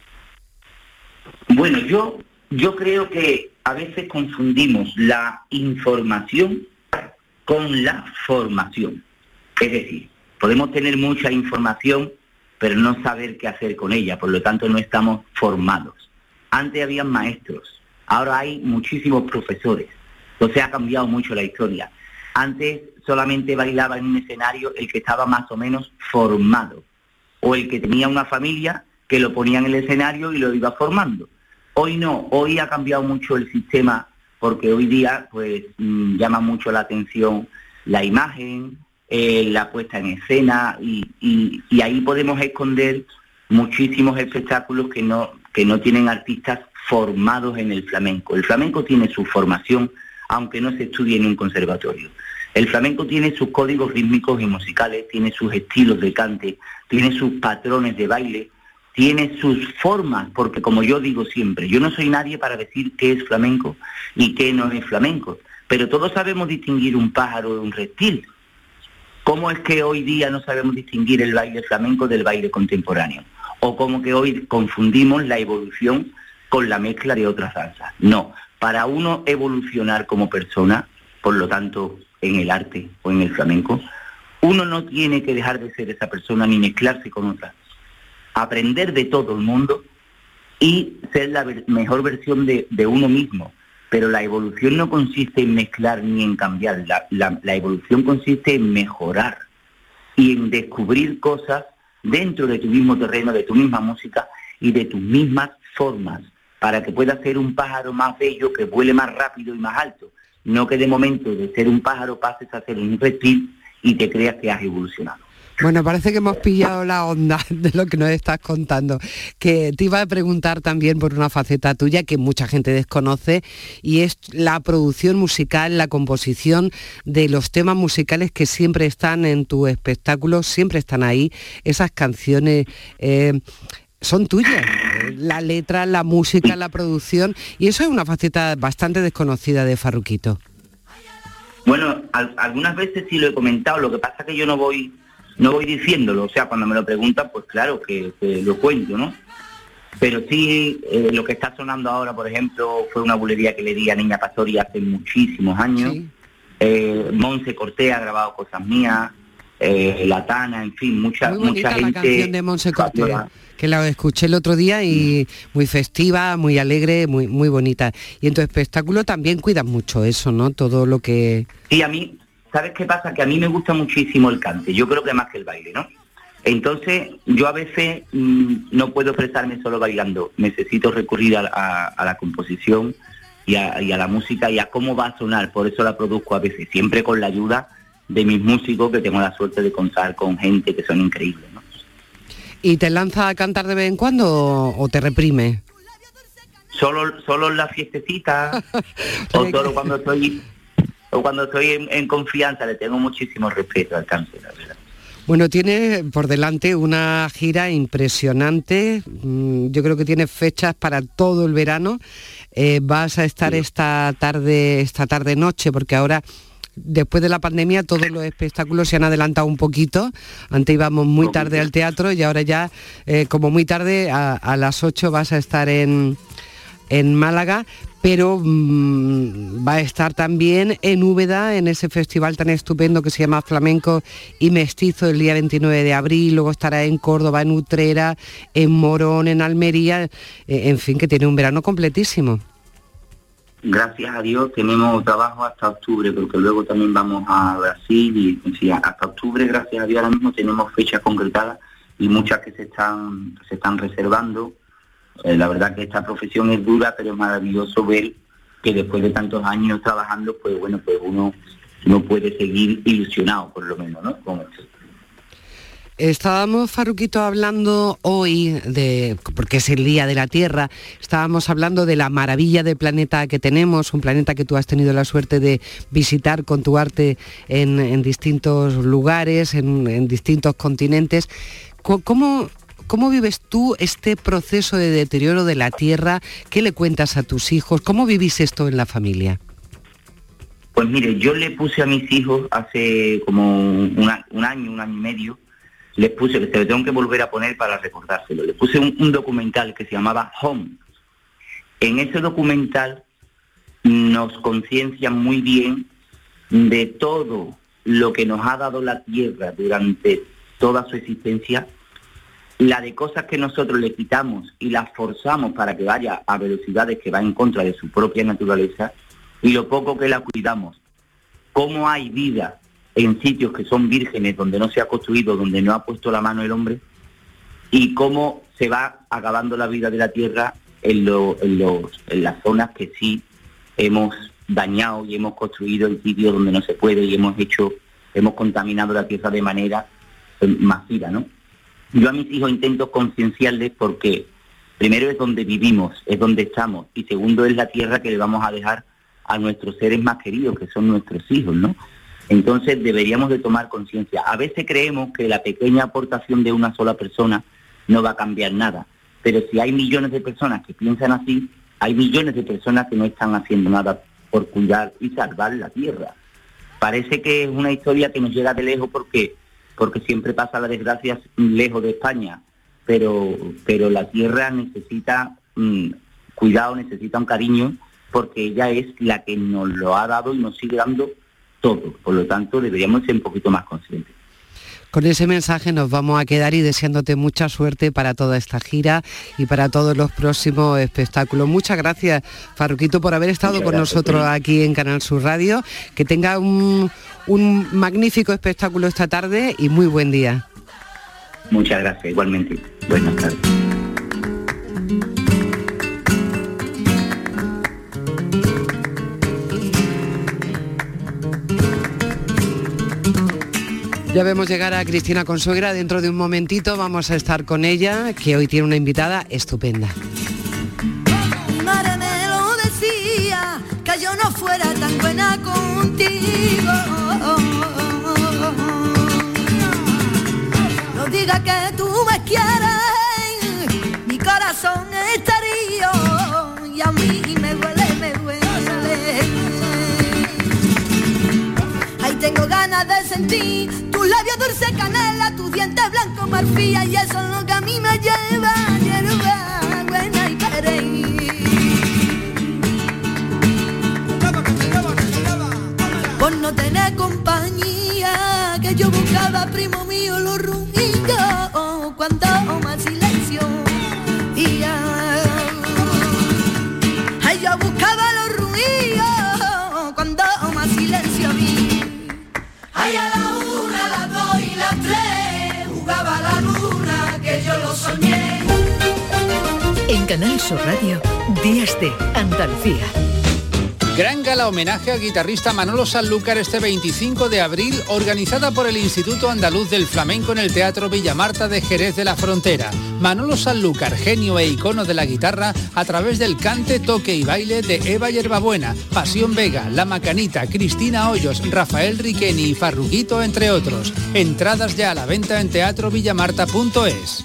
Bueno, yo, yo creo que a veces confundimos la información con la formación. Es decir, podemos tener mucha información, pero no saber qué hacer con ella, por lo tanto no estamos formados. Antes habían maestros, ahora hay muchísimos profesores. Entonces ha cambiado mucho la historia. Antes solamente bailaba en un escenario el que estaba más o menos formado, o el que tenía una familia que lo ponía en el escenario y lo iba formando. Hoy no, hoy ha cambiado mucho el sistema, porque hoy día pues mmm, llama mucho la atención la imagen, eh, la puesta en escena, y, y, y ahí podemos esconder muchísimos espectáculos que no, que no tienen artistas formados en el flamenco. El flamenco tiene su formación, aunque no se estudie en un conservatorio. El flamenco tiene sus códigos rítmicos y musicales, tiene sus estilos de cante, tiene sus patrones de baile, tiene sus formas, porque como yo digo siempre, yo no soy nadie para decir qué es flamenco y qué no es flamenco, pero todos sabemos distinguir un pájaro de un reptil. ¿Cómo es que hoy día no sabemos distinguir el baile flamenco del baile contemporáneo? O como que hoy confundimos la evolución con la mezcla de otras danzas. No, para uno evolucionar como persona, por lo tanto, en el arte o en el flamenco, uno no tiene que dejar de ser esa persona ni mezclarse con otras. Aprender de todo el mundo y ser la ver- mejor versión de, de uno mismo. Pero la evolución no consiste en mezclar ni en cambiar. La, la, la evolución consiste en mejorar y en descubrir cosas dentro de tu mismo terreno, de tu misma música y de tus mismas formas, para que puedas ser un pájaro más bello, que vuele más rápido y más alto. No que de momento de ser un pájaro pases a ser un reptil y te creas que has evolucionado. Bueno, parece que hemos pillado la onda de lo que nos estás contando. Que te iba a preguntar también por una faceta tuya que mucha gente desconoce, y es la producción musical, la composición de los temas musicales que siempre están en tu espectáculo, siempre están ahí, esas canciones... Eh, son tuyas, la letra, la música, la producción, y eso es una faceta bastante desconocida de Farruquito. Bueno, al, algunas veces sí lo he comentado, lo que pasa es que yo no voy no voy diciéndolo, o sea, cuando me lo preguntan, pues claro que, que lo cuento, ¿no? Pero sí, eh, lo que está sonando ahora, por ejemplo, fue una bulería que le di a Niña Pastori hace muchísimos años. Sí. Eh, Monse Corté ha grabado cosas mías, eh, La Tana, en fin, mucha, muy bonita mucha gente. La canción de Monse Corté, que la escuché el otro día y muy festiva, muy alegre, muy muy bonita. Y en tu espectáculo también cuidas mucho eso, ¿no? Todo lo que... Sí, a mí, ¿sabes qué pasa? Que a mí me gusta muchísimo el cante, yo creo que más que el baile, ¿no? Entonces, yo a veces mmm, no puedo expresarme solo bailando, necesito recurrir a, a, a la composición y a, y a la música y a cómo va a sonar, por eso la produzco a veces, siempre con la ayuda de mis músicos, que tengo la suerte de contar con gente que son increíbles, ¿no? ¿Y te lanza a cantar de vez en cuando o, o te reprime? Solo solo en las fiestecitas o solo cuando estoy o cuando estoy en, en confianza. Le tengo muchísimo respeto al cante, la verdad. Bueno, tienes por delante una gira impresionante, yo creo que tienes fechas para todo el verano. Eh, vas a estar sí. esta tarde, esta tarde noche, porque ahora, después de la pandemia, todos los espectáculos se han adelantado un poquito. Antes íbamos muy tarde al teatro y ahora ya, eh, como muy tarde, a, a las ocho vas a estar en, en Málaga, pero mmm, va a estar también en Úbeda, en ese festival tan estupendo que se llama Flamenco y Mestizo, el día veintinueve de abril, luego estará en Córdoba, en Utrera, en Morón, en Almería, eh, en fin, que tiene un verano completísimo. Gracias a Dios tenemos trabajo hasta octubre, porque luego también vamos a Brasil y en fin, hasta octubre, gracias a Dios, ahora mismo tenemos fechas concretadas y muchas que se están se están reservando. Eh, la verdad que esta profesión es dura, pero es maravilloso ver que después de tantos años trabajando, pues bueno, pues uno no puede seguir ilusionado, por lo menos, ¿no? Con esto. Estábamos, Farruquito, hablando hoy de, porque es el Día de la Tierra, estábamos hablando de la maravilla de planeta que tenemos, un planeta que tú has tenido la suerte de visitar con tu arte en, en distintos lugares, en, en distintos continentes. ¿Cómo, ¿Cómo vives tú este proceso de deterioro de la Tierra? ¿Qué le cuentas a tus hijos? ¿Cómo vivís esto en la familia? Pues mire, yo le puse a mis hijos hace como una, un año, un año y medio, les puse, que se lo tengo que volver a poner para recordárselo, les puse un, un documental que se llamaba Home. En ese documental nos conciencia muy bien de todo lo que nos ha dado la Tierra durante toda su existencia, la de cosas que nosotros le quitamos y las forzamos para que vaya a velocidades que va en contra de su propia naturaleza, y lo poco que la cuidamos. Cómo hay vida en sitios que son vírgenes, donde no se ha construido, donde no ha puesto la mano el hombre, y cómo se va acabando la vida de la Tierra en, lo, en, los, en las zonas que sí hemos dañado y hemos construido en sitios donde no se puede y hemos hecho hemos contaminado la tierra de manera eh, masiva, ¿no? Yo a mis hijos intento concienciarles porque primero es donde vivimos, es donde estamos, y segundo es la tierra que le vamos a dejar a nuestros seres más queridos, que son nuestros hijos, ¿no? Entonces deberíamos de tomar conciencia. A veces creemos que la pequeña aportación de una sola persona no va a cambiar nada, pero si hay millones de personas que piensan así, hay millones de personas que no están haciendo nada por cuidar y salvar la tierra. Parece que es una historia que nos llega de lejos porque, porque siempre pasa la desgracia lejos de España, pero, pero la tierra necesita mmm, cuidado, necesita un cariño, porque ella es la que nos lo ha dado y nos sigue dando todo. Por lo tanto, deberíamos ser un poquito más conscientes. Con ese mensaje nos vamos a quedar y deseándote mucha suerte para toda esta gira y para todos los próximos espectáculos. Muchas gracias, Farruquito, por haber estado Muchas con gracias, nosotros sí. aquí en Canal Sur Radio. Que tenga un, un magnífico espectáculo esta tarde y muy buen día. Muchas gracias, igualmente. Buenas tardes. Ya vemos llegar a Cristina Consuegra, dentro de un momentito vamos a estar con ella, que hoy tiene una invitada estupenda. Mi madre me lo decía, que yo no fuera tan buena contigo. No digas que tú me quieres, mi corazón está herido y a mí me duele, me duele. Ahí tengo ganas de sentir tus labios dulce canela, tus dientes blancos marfil, y eso es lo que a mí me lleva, hierba buena y querer. Por no tener compañía, que yo buscaba, primo mío, los ruidos, cuando más silencio, y ya. Ay, yo buscaba los ruidos, cuando más silencio vi. Ay, a la una, las dos y las tres, jugaba la luna que yo lo soñé. En Canal Sur Radio, Días de Andalucía. Gran gala homenaje al guitarrista Manolo Sanlúcar este veinticinco de abril, organizada por el Instituto Andaluz del Flamenco en el Teatro Villamarta de Jerez de la Frontera. Manolo Sanlúcar, genio e icono de la guitarra, a través del cante, toque y baile de Eva Yerbabuena, Pasión Vega, La Macanita, Cristina Hoyos, Rafael Riqueni y Farruquito, entre otros. Entradas ya a la venta en teatro villamarta punto es.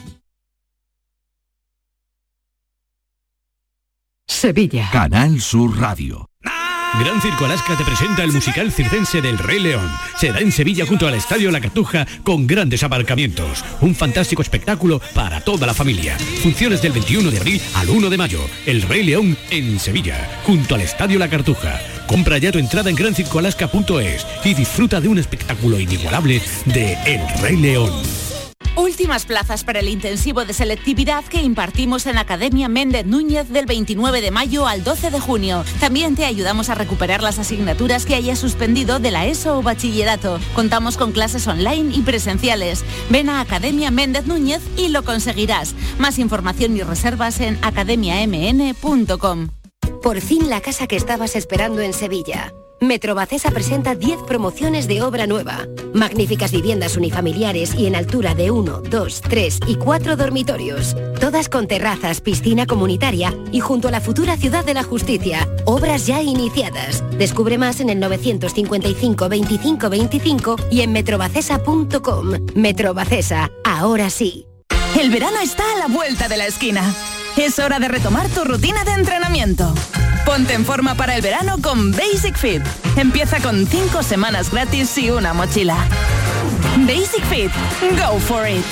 Sevilla. Canal Sur Radio. Gran Circo Alaska te presenta el musical circense del Rey León. Será en Sevilla junto al Estadio La Cartuja con grandes aparcamientos. Un fantástico espectáculo para toda la familia. Funciones del veintiuno de abril al uno de mayo. El Rey León en Sevilla, junto al Estadio La Cartuja. Compra ya tu entrada en gran circo alaska punto es y disfruta de un espectáculo inigualable de El Rey León. Últimas plazas para el intensivo de selectividad que impartimos en la Academia Méndez Núñez del veintinueve de mayo al doce de junio. También te ayudamos a recuperar las asignaturas que hayas suspendido de la ESO o bachillerato. Contamos con clases online y presenciales. Ven a Academia Méndez Núñez y lo conseguirás. Más información y reservas en academia m n punto com. Por fin la casa que estabas esperando en Sevilla. Metrobacesa presenta diez promociones de obra nueva. Magníficas viviendas unifamiliares y en altura de uno, dos, tres y cuatro dormitorios. Todas con terrazas, piscina comunitaria y junto a la futura Ciudad de la Justicia. Obras ya iniciadas. Descubre más en el novecientos cincuenta y cinco veinticinco veinticinco y en metrobacesa punto com. Metrobacesa, ahora sí. El verano está a la vuelta de la esquina. Es hora de retomar tu rutina de entrenamiento. Ponte en forma para el verano con Basic Fit. Empieza con cinco semanas gratis y una mochila. Basic Fit. Go for it.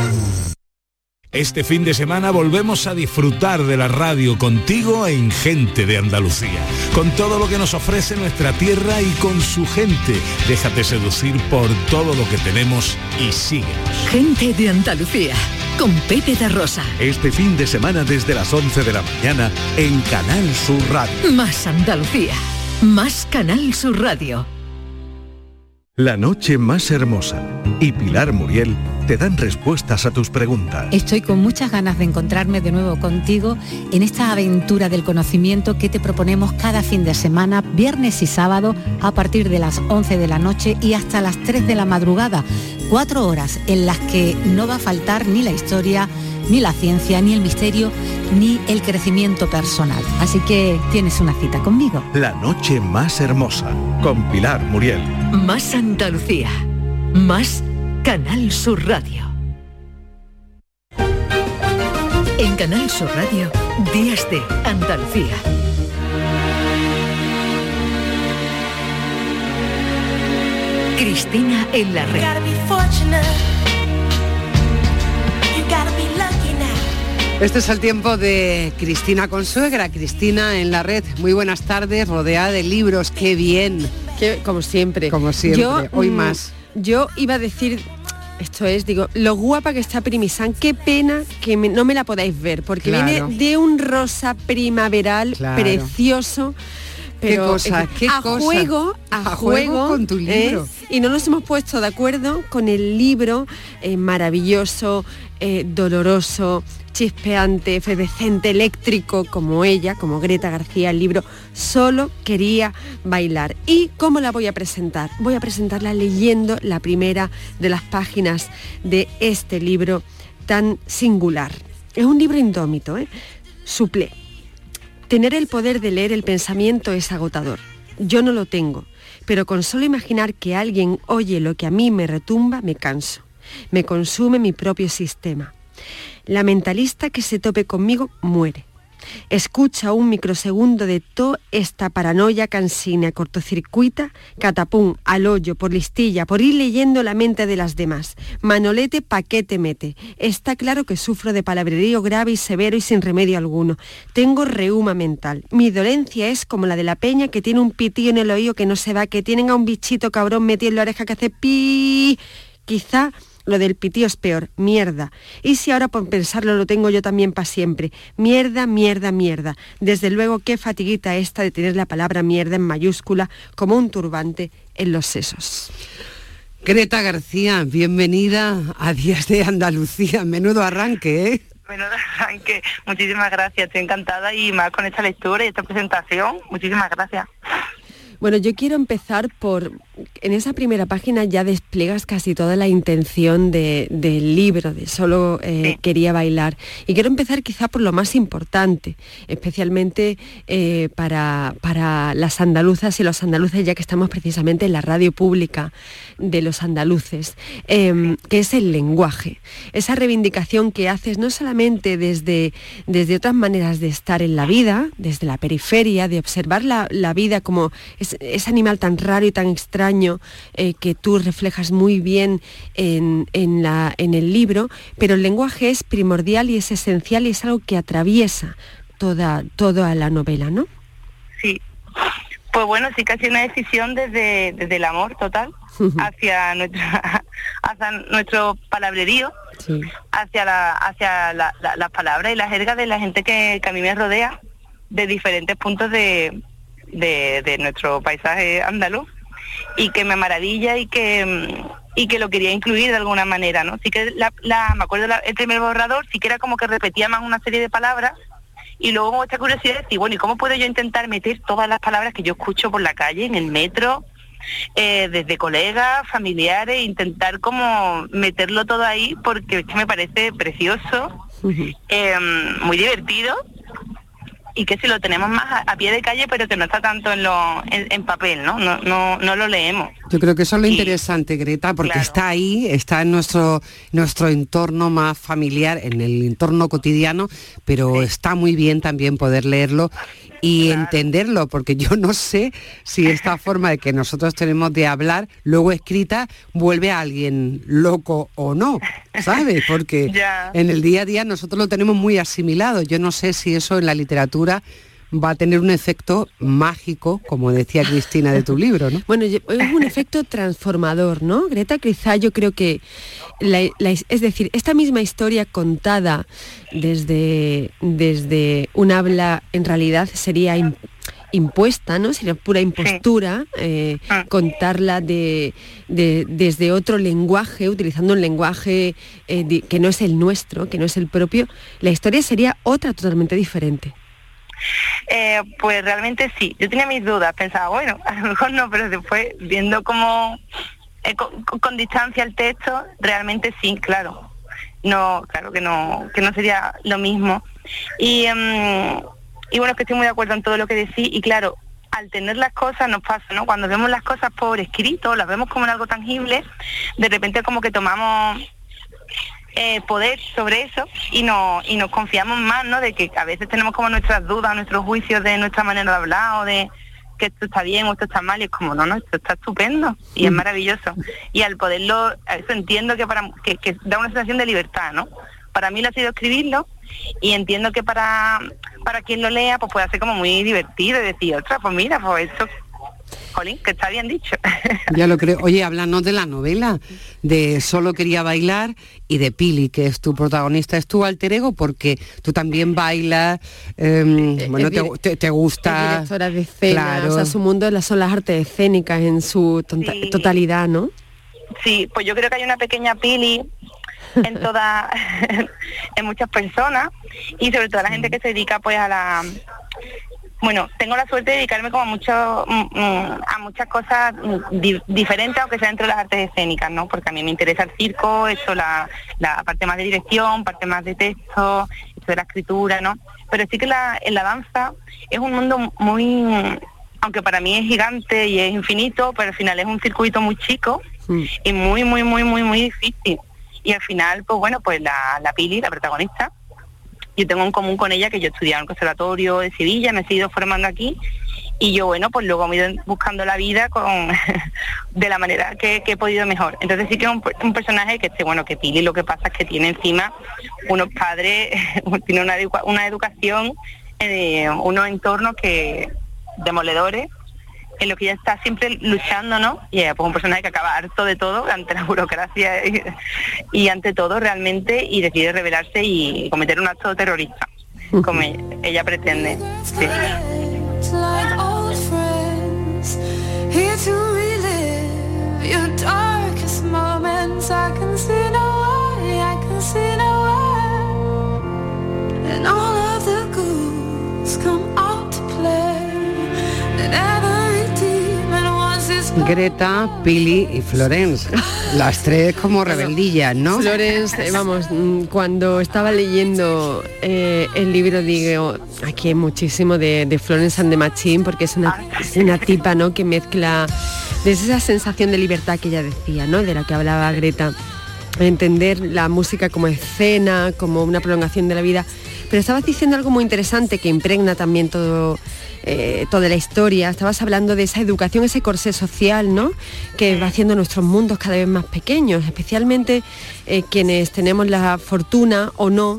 Este fin de semana volvemos a disfrutar de la radio contigo en Gente de Andalucía, con todo lo que nos ofrece nuestra tierra y con su gente. Déjate seducir por todo lo que tenemos y síguenos. Gente de Andalucía, con Pepe da Rosa. Este fin de semana desde las once de la mañana en Canal Sur Radio. Más Andalucía, más Canal Sur Radio. La noche más hermosa y Pilar Muriel te dan respuestas a tus preguntas. Estoy con muchas ganas de encontrarme de nuevo contigo en esta aventura del conocimiento que te proponemos cada fin de semana, viernes y sábado, a partir de las once de la noche y hasta las tres de la madrugada. Cuatro horas en las que no va a faltar ni la historia, ni la ciencia, ni el misterio, ni el crecimiento personal. Así que tienes una cita conmigo. La noche más hermosa, con Pilar Muriel. Más Andalucía. Más Canal Sur Radio. En Canal Sur Radio, Días de Andalucía. Cristina en la red. Este es el tiempo de Cristina Consuegra. Cristina en la red. Muy buenas tardes, rodeada de libros. ¡Qué bien! Que, como siempre. Como siempre, yo, hoy mm, más. Yo iba a decir, esto es, digo, lo guapa que está Primisan, qué pena que me, no me la podáis ver, porque Claro. viene de un rosa primaveral Claro. precioso. Pero Qué cosa, eh, qué a cosa. juego, a, A juego, juego con tu libro. ¿eh? Y no nos hemos puesto de acuerdo con el libro eh, maravilloso, eh, doloroso, chispeante, efervescente, eléctrico, como ella, como Greta García, el libro Solo quería bailar. ¿Y cómo la voy a presentar? Voy a presentarla leyendo la primera de las páginas de este libro tan singular. Es un libro indómito, ¿eh? Suplé. Tener el poder de leer el pensamiento es agotador. Yo no lo tengo, pero con solo imaginar que alguien oye lo que a mí me retumba, me canso. Me consume mi propio sistema. La mentalista que se tope conmigo muere. Escucha un microsegundo de toda esta paranoia cansina, cortocircuita, catapum, al hoyo, por listilla, por ir leyendo la mente de las demás. Manolete, ¿pa' qué te mete? Está claro que sufro de palabrerío grave y severo y sin remedio alguno. Tengo reuma mental. Mi dolencia es como la de la peña que tiene un pitillo en el oído que no se va, que tienen a un bichito cabrón metido en la oreja que hace pi. Quizá lo del pitío es peor, mierda. Y si ahora por pensarlo lo tengo yo también para siempre. Mierda, mierda, mierda. Desde luego qué fatiguita esta de tener la palabra mierda en mayúscula como un turbante en los sesos. Greta García, bienvenida a Días de Andalucía. Menudo arranque, ¿eh? Menudo arranque. Muchísimas gracias, estoy encantada y más con esta lectura y esta presentación. Muchísimas gracias. Bueno, yo quiero empezar por... En esa primera página ya despliegas casi toda la intención de, del libro, de Solo eh, sí. quería bailar. Y quiero empezar quizá por lo más importante, especialmente eh, para, para las andaluzas y los andaluces, ya que estamos precisamente en la radio pública de los andaluces, eh, que es el lenguaje. Esa reivindicación que haces no solamente desde, desde otras maneras de estar en la vida, desde la periferia, de observar la, la vida como ese, ese animal tan raro y tan extraño, Eh, que tú reflejas muy bien en, en, la, en el libro, pero el lenguaje es primordial y es esencial y es algo que atraviesa toda, toda la novela, ¿no? Sí, pues bueno, sí que ha sido una decisión desde, desde el amor total hacia nuestro, hacia nuestro palabrerío, sí. hacia, la, hacia la, la, las palabras y la jerga de la gente que, que a mí me rodea, de diferentes puntos de, de, de nuestro paisaje andaluz, y que me maravilla y que y que lo quería incluir de alguna manera, ¿no? Sí que la, la me acuerdo la, el primer borrador sí que era como que repetía más una serie de palabras y luego con esta curiosidad de decir, bueno, ¿y cómo puedo yo intentar meter todas las palabras que yo escucho por la calle, en el metro, eh, desde colegas, familiares, intentar como meterlo todo ahí porque es que me parece precioso, uh-huh. eh, muy divertido. Y que si lo tenemos más a, a pie de calle, pero que no está tanto en, lo, en, en papel, ¿no? No, no no lo leemos. Yo creo que eso es lo interesante, Greta, porque claro. está ahí, está en nuestro nuestro entorno más familiar, en el entorno cotidiano, pero sí. está muy bien también poder leerlo y claro. entenderlo, porque yo no sé si esta forma de que nosotros tenemos de hablar, luego escrita, vuelve a alguien loco o no, ¿sabes? Porque ya. en el día a día nosotros lo tenemos muy asimilado. Yo no sé si eso en la literatura va a tener un efecto mágico, como decía Cristina de tu libro, ¿no? Bueno, es un efecto transformador, ¿no? Greta, quizá yo creo que, la, la, es decir, esta misma historia contada desde, desde un habla, en realidad sería in, impuesta, ¿no? Sería pura impostura, eh, ah. contarla de, de, desde otro lenguaje, utilizando un lenguaje eh, de, que no es el nuestro, que no es el propio. La historia sería otra totalmente diferente. Eh, pues realmente sí. Yo tenía mis dudas, pensaba, bueno, a lo mejor no, pero después, viendo cómo eh, con, con distancia el texto, realmente sí, claro. No, claro que no, que no sería lo mismo. Y... Um, Y bueno, es que estoy muy de acuerdo en todo lo que decís y claro, al tener las cosas nos pasa, ¿no? Cuando vemos las cosas por escrito, las vemos como en algo tangible, de repente como que tomamos eh, poder sobre eso y, no, y nos confiamos más, ¿no? De que a veces tenemos como nuestras dudas, nuestros juicios de nuestra manera de hablar o de que esto está bien o esto está mal y es como, no, no, esto está estupendo y es maravilloso. Y al poderlo, eso entiendo que, para, que, que da una sensación de libertad, ¿no? Para mí lo ha sido escribirlo y entiendo que para para quien lo lea pues puede ser como muy divertido y decir, otra, pues mira, pues eso, jolín, que está bien dicho. Ya lo creo. Oye, háblanos de la novela, de Solo quería bailar y de Pili, que es tu protagonista, es tu alter ego, porque tú también bailas, eh, bueno, te, te, te gusta... Es directora de escena, claro. O sea, su mundo son las artes escénicas en su tonta, Sí. totalidad, ¿no? Sí, pues yo creo que hay una pequeña Pili en toda en muchas personas y sobre todo a la gente que se dedica pues a la bueno tengo la suerte de dedicarme como a mucho a muchas cosas di- diferentes aunque sea dentro de las artes escénicas, ¿no? Porque a mí me interesa el circo, eso la, la parte más de dirección, parte más de texto, eso de la escritura, ¿no? Pero sí que la, en la danza es un mundo muy, aunque para mí es gigante y es infinito, pero al final es un circuito muy chico mm. y muy muy muy muy muy difícil. Y al final, pues bueno, pues la, la Pili, la protagonista, yo tengo en común con ella que yo estudié en el Conservatorio de Sevilla, me he seguido formando aquí, y yo, bueno, pues luego me he ido buscando la vida con de la manera que, que he podido mejor. Entonces sí que es un, un personaje que, este, bueno, que Pili lo que pasa es que tiene encima unos padres, tiene una, educa- una educación, eh, unos entornos que demoledores, en lo que ella está siempre luchando, ¿no? Y ella, pues un personaje que acaba harto de todo, ante la burocracia y, y ante todo realmente, y decide rebelarse y cometer un acto terrorista, como ella, ella pretende. Sí. Greta, Pili y Florence, las tres como rebeldillas, ¿no? Florence, eh, vamos, cuando estaba leyendo eh, el libro digo, aquí hay muchísimo de, de Florence and the Machine, porque es una, es una tipa, ¿no?, que mezcla desde esa sensación de libertad que ella decía, ¿no?, de la que hablaba Greta, entender la música como escena, como una prolongación de la vida. Pero estabas diciendo algo muy interesante que impregna también todo, eh, toda la historia. Estabas hablando de esa educación, ese corsé social, ¿no?, que va haciendo nuestros mundos cada vez más pequeños, especialmente eh, quienes tenemos la fortuna o no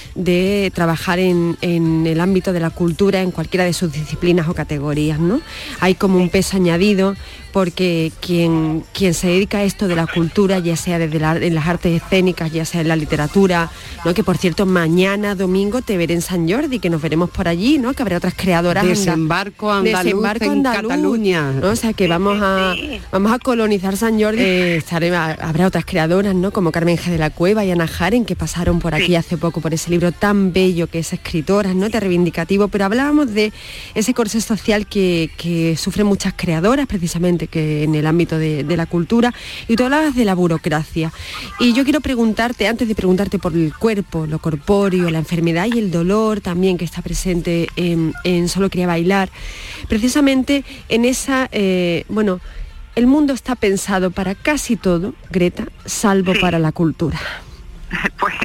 de trabajar en, en el ámbito de la cultura en cualquiera de sus disciplinas o categorías, ¿no? Hay como un peso añadido porque quien, quien se dedica a esto de la cultura, ya sea desde la, en las artes escénicas, ya sea en la literatura, ¿no?, que por cierto mañana domingo te veré en San Jordi, que nos veremos por allí, ¿no?, que habrá otras creadoras. Desembarco andaluz, desembarco en andaluz, Cataluña, ¿no? O sea que vamos a vamos a colonizar San Jordi. Eh, estaré, habrá otras creadoras, ¿no?, como Carmen G. de la Cueva y Ana Jaren, que pasaron por aquí hace poco por ese libro tan bello que es Escritoras, ¿no?, tan reivindicativo. Pero hablábamos de ese corsé social que, que sufren muchas creadoras precisamente, que en el ámbito de, de la cultura, y tú hablabas de la burocracia, y yo quiero preguntarte, antes de preguntarte por el cuerpo, lo corpóreo, la enfermedad y el dolor también que está presente en, en Solo quería bailar, precisamente en esa, eh, bueno, el mundo está pensado para casi todo, Greta, salvo sí. para la cultura. Pues,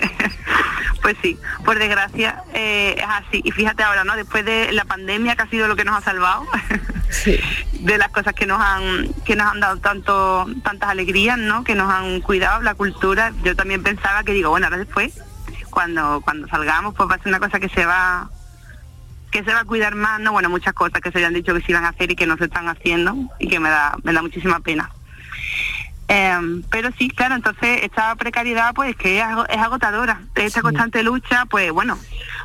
pues sí, por desgracia eh, es así. Y fíjate ahora, ¿no?, después de la pandemia, que ha sido lo que nos ha salvado, sí. de las cosas que nos han que nos han dado tanto tantas alegrías, ¿no?, que nos han cuidado, la cultura. Yo también pensaba que, digo, bueno, ahora después, cuando cuando salgamos, pues va a ser una cosa que se va que se va a cuidar más, ¿no? Bueno, muchas cosas que se habían dicho que se iban a hacer y que no se están haciendo, y que me da me da muchísima pena. Eh, pero sí, claro, entonces esta precariedad pues que es, es agotadora, esta constante lucha, pues bueno,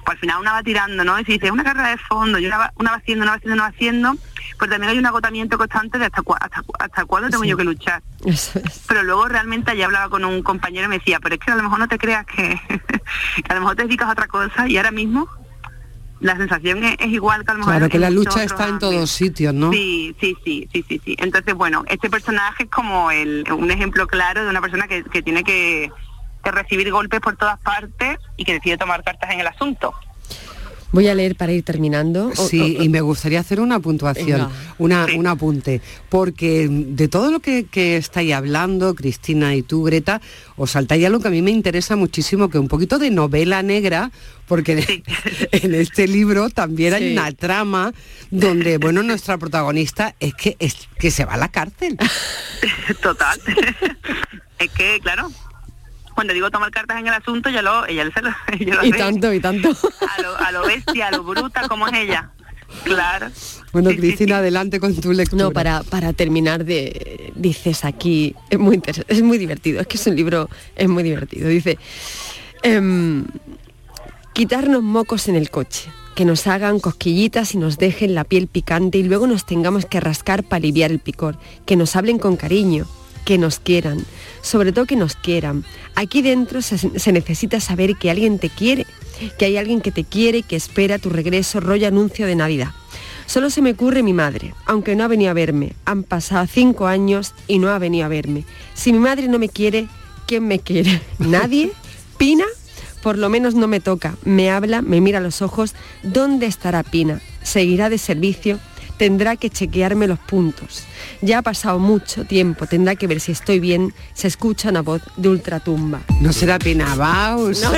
pues al final una va tirando, ¿no? Y si dice una carrera de fondo, y una va, una va haciendo, una va haciendo, una va haciendo, pues también hay un agotamiento constante de hasta, cua, hasta, hasta cuándo tengo sí. yo que luchar. Eso es. Pero luego realmente allí hablaba con un compañero y me decía, pero es que a lo mejor no te creas que, que a lo mejor te dedicas a otra cosa y ahora mismo la sensación es, es igual que a lo mejor... Claro, que la lucha está en todos sitios, ¿no? Sí, sí, sí, sí, sí, sí. Entonces, bueno, este personaje es como el, un ejemplo claro de una persona que, que tiene que, que recibir golpes por todas partes y que decide tomar cartas en el asunto. Voy a leer para ir terminando. Sí, oh, oh. y me gustaría hacer una puntuación, una, sí. un apunte, porque de todo lo que, que estáis hablando, Cristina y tú, Greta, os saltáis algo que a mí me interesa muchísimo, que un poquito de novela negra, porque sí. en este libro también sí. hay una trama donde, bueno, nuestra protagonista es que, es que se va a la cárcel. Total. Es que, claro... Cuando digo tomar cartas en el asunto, ya lo, ella se lo, ella lo y hace. tanto, y tanto. A lo, a lo bestia, a lo bruta, como es ella. Claro. Bueno, sí, Cristina, sí, sí. adelante con tu lectura. No, para, para terminar, de dices aquí, es muy interesante, es muy divertido, es que es un libro, es muy divertido. Dice, eh, quitarnos mocos en el coche, que nos hagan cosquillitas y nos dejen la piel picante y luego nos tengamos que rascar para aliviar el picor, que nos hablen con cariño, que nos quieran, sobre todo que nos quieran. Aquí dentro se, se necesita saber que alguien te quiere, que hay alguien que te quiere y que espera tu regreso, rollo anuncio de Navidad. Solo se me ocurre mi madre, aunque no ha venido a verme. Han pasado cinco años y no ha venido a verme. Si mi madre no me quiere, ¿quién me quiere? ¿Nadie? ¿Pina? Por lo menos no me toca. Me habla, me mira a los ojos. ¿Dónde estará Pina? ¿Seguirá de servicio? Tendrá que chequearme los puntos. Ya ha pasado mucho tiempo, tendrá que ver si estoy bien. Se escucha una voz de ultratumba. ¿No será Pina Bausch? No.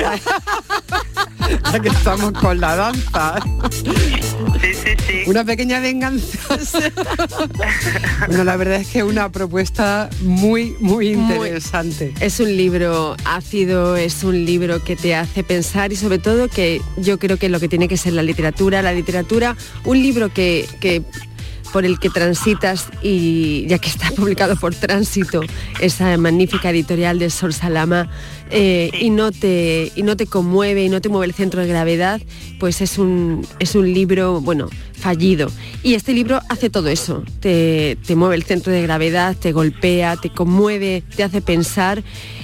Ya que estamos con la danza. Sí, sí, sí. Una pequeña venganza. Bueno, la verdad es que es una propuesta muy, muy interesante. Muy, es un libro ácido, es un libro que te hace pensar y sobre todo que yo creo que es lo que tiene que ser la literatura. La literatura, un libro que... que por el que transitas y ya que está publicado por Tránsito, esa magnífica editorial de Sor Salama, eh, sí. y no te y no te conmueve y no te mueve el centro de gravedad, pues es un es un libro, bueno, fallido. Y este libro hace todo eso, te, te mueve el centro de gravedad, te golpea, te conmueve, te hace pensar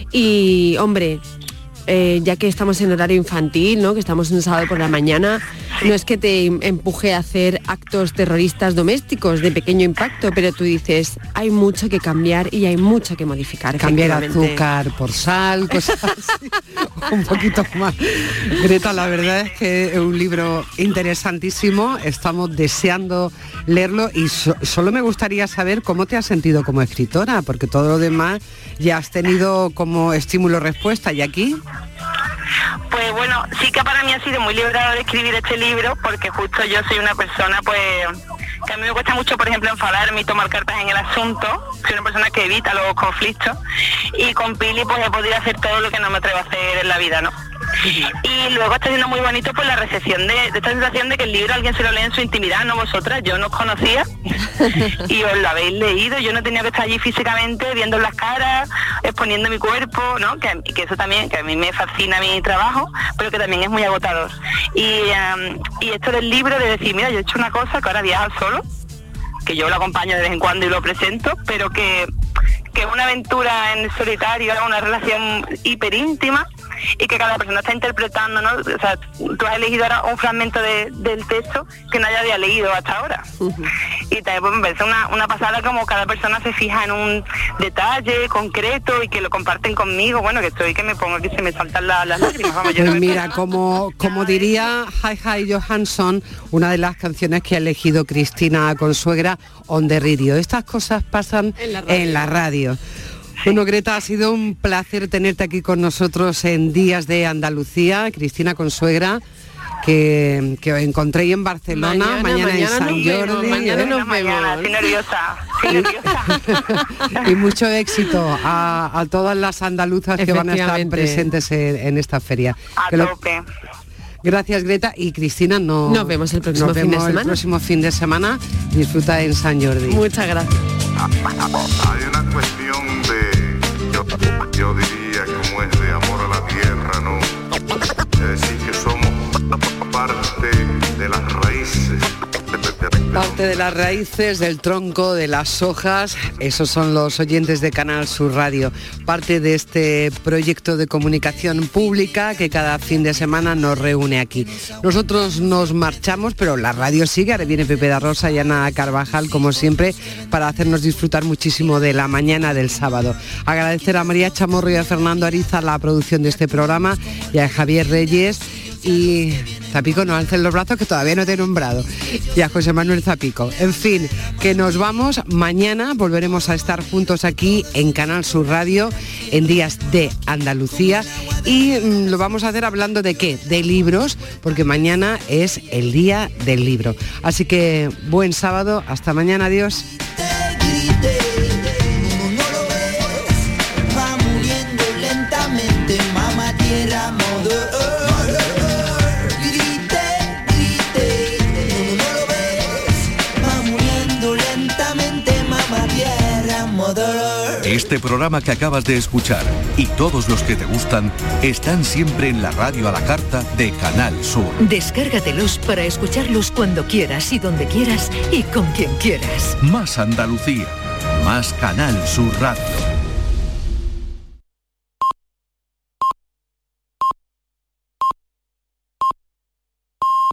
y, hombre, Eh, ya que estamos en horario infantil, ¿no? Que estamos un sábado por la mañana, no es que te empuje a hacer actos terroristas domésticos de pequeño impacto, pero tú dices, hay mucho que cambiar y hay mucho que modificar. Cambiar azúcar por sal, cosas así, un poquito más. Greta, la verdad es que es un libro interesantísimo, estamos deseando leerlo y so- solo me gustaría saber cómo te has sentido como escritora, porque todo lo demás ya has tenido como estímulo-respuesta, ¿y aquí? Pues bueno, sí que para mí ha sido muy liberador escribir este libro, porque justo yo soy una persona, pues, que a mí me cuesta mucho, por ejemplo, enfadarme y tomar cartas en el asunto. Soy una persona que evita los conflictos y con Pili pues he podido hacer todo lo que no me atrevo a hacer en la vida, ¿no? Y luego está siendo muy bonito pues la recepción de, de esta sensación de que el libro alguien se lo lee en su intimidad, no vosotras. Yo no os conocía y os lo habéis leído. Yo no tenía que estar allí físicamente viendo las caras, exponiendo mi cuerpo, ¿no? Que, que eso también, que a mí me fascina mi trabajo, pero que también es muy agotador. Y, um, y esto del libro, de decir, mira, yo he hecho una cosa que ahora viajo solo, que yo lo acompaño de vez en cuando y lo presento, pero que que es una aventura en solitario, una relación hiper íntima y que cada persona está interpretando, ¿no? O sea, tú has elegido ahora un fragmento de, del texto que nadie había leído hasta ahora. Uh-huh. Y también pues, me parece una, una pasada como cada persona se fija en un detalle concreto y que lo comparten conmigo. Bueno, que estoy que me pongo aquí, se me saltan la, las lágrimas. Vamos, yo pues no mira, como, como diría Hi Hi Johansson, una de las canciones que ha elegido Cristina Consuegra, On the Radio. Estas cosas pasan en la radio. En la radio. Bueno, Greta, ha sido un placer tenerte aquí con nosotros en Días de Andalucía. Cristina Consuegra, que, que os encontré en Barcelona, mañana, mañana, mañana en San Jordi. Vemos, mañana nos mañana, estoy nerviosa, estoy nerviosa. Y mucho éxito a, a todas las andaluzas que van a estar presentes en, en esta feria. A que tope. Lo... Gracias, Greta. Y Cristina, no... nos vemos el próximo nos fin vemos de semana. el próximo fin de semana. Disfruta en San Jordi. Muchas gracias. Hay una cuestión de, yo, yo diría como es de amor a la tierra, ¿no? Es decir, que somos parte de las raíces, del tronco, de las hojas. Esos son los oyentes de Canal Sur Radio. Parte de este proyecto de comunicación pública que cada fin de semana nos reúne aquí. Nosotros nos marchamos, pero la radio sigue. Ahora viene Pepe da Rosa y Ana Carvajal, como siempre, para hacernos disfrutar muchísimo de la mañana del sábado. Agradecer a María Chamorro y a Fernando Ariza la producción de este programa y a Javier Reyes. Y Zapico, no alcen los brazos que todavía no te he nombrado. Y a José Manuel Zapico. En fin, que nos vamos. Mañana volveremos a estar juntos aquí en Canal Sur Radio, en Días de Andalucía. Y mmm, lo vamos a hacer hablando de qué, de libros, porque mañana es el Día del Libro. Así que buen sábado, hasta mañana, adiós. Este programa que acabas de escuchar y todos los que te gustan están siempre en la radio a la carta de Canal Sur. Descárgatelos para escucharlos cuando quieras y donde quieras y con quien quieras. Más Andalucía, más Canal Sur Radio.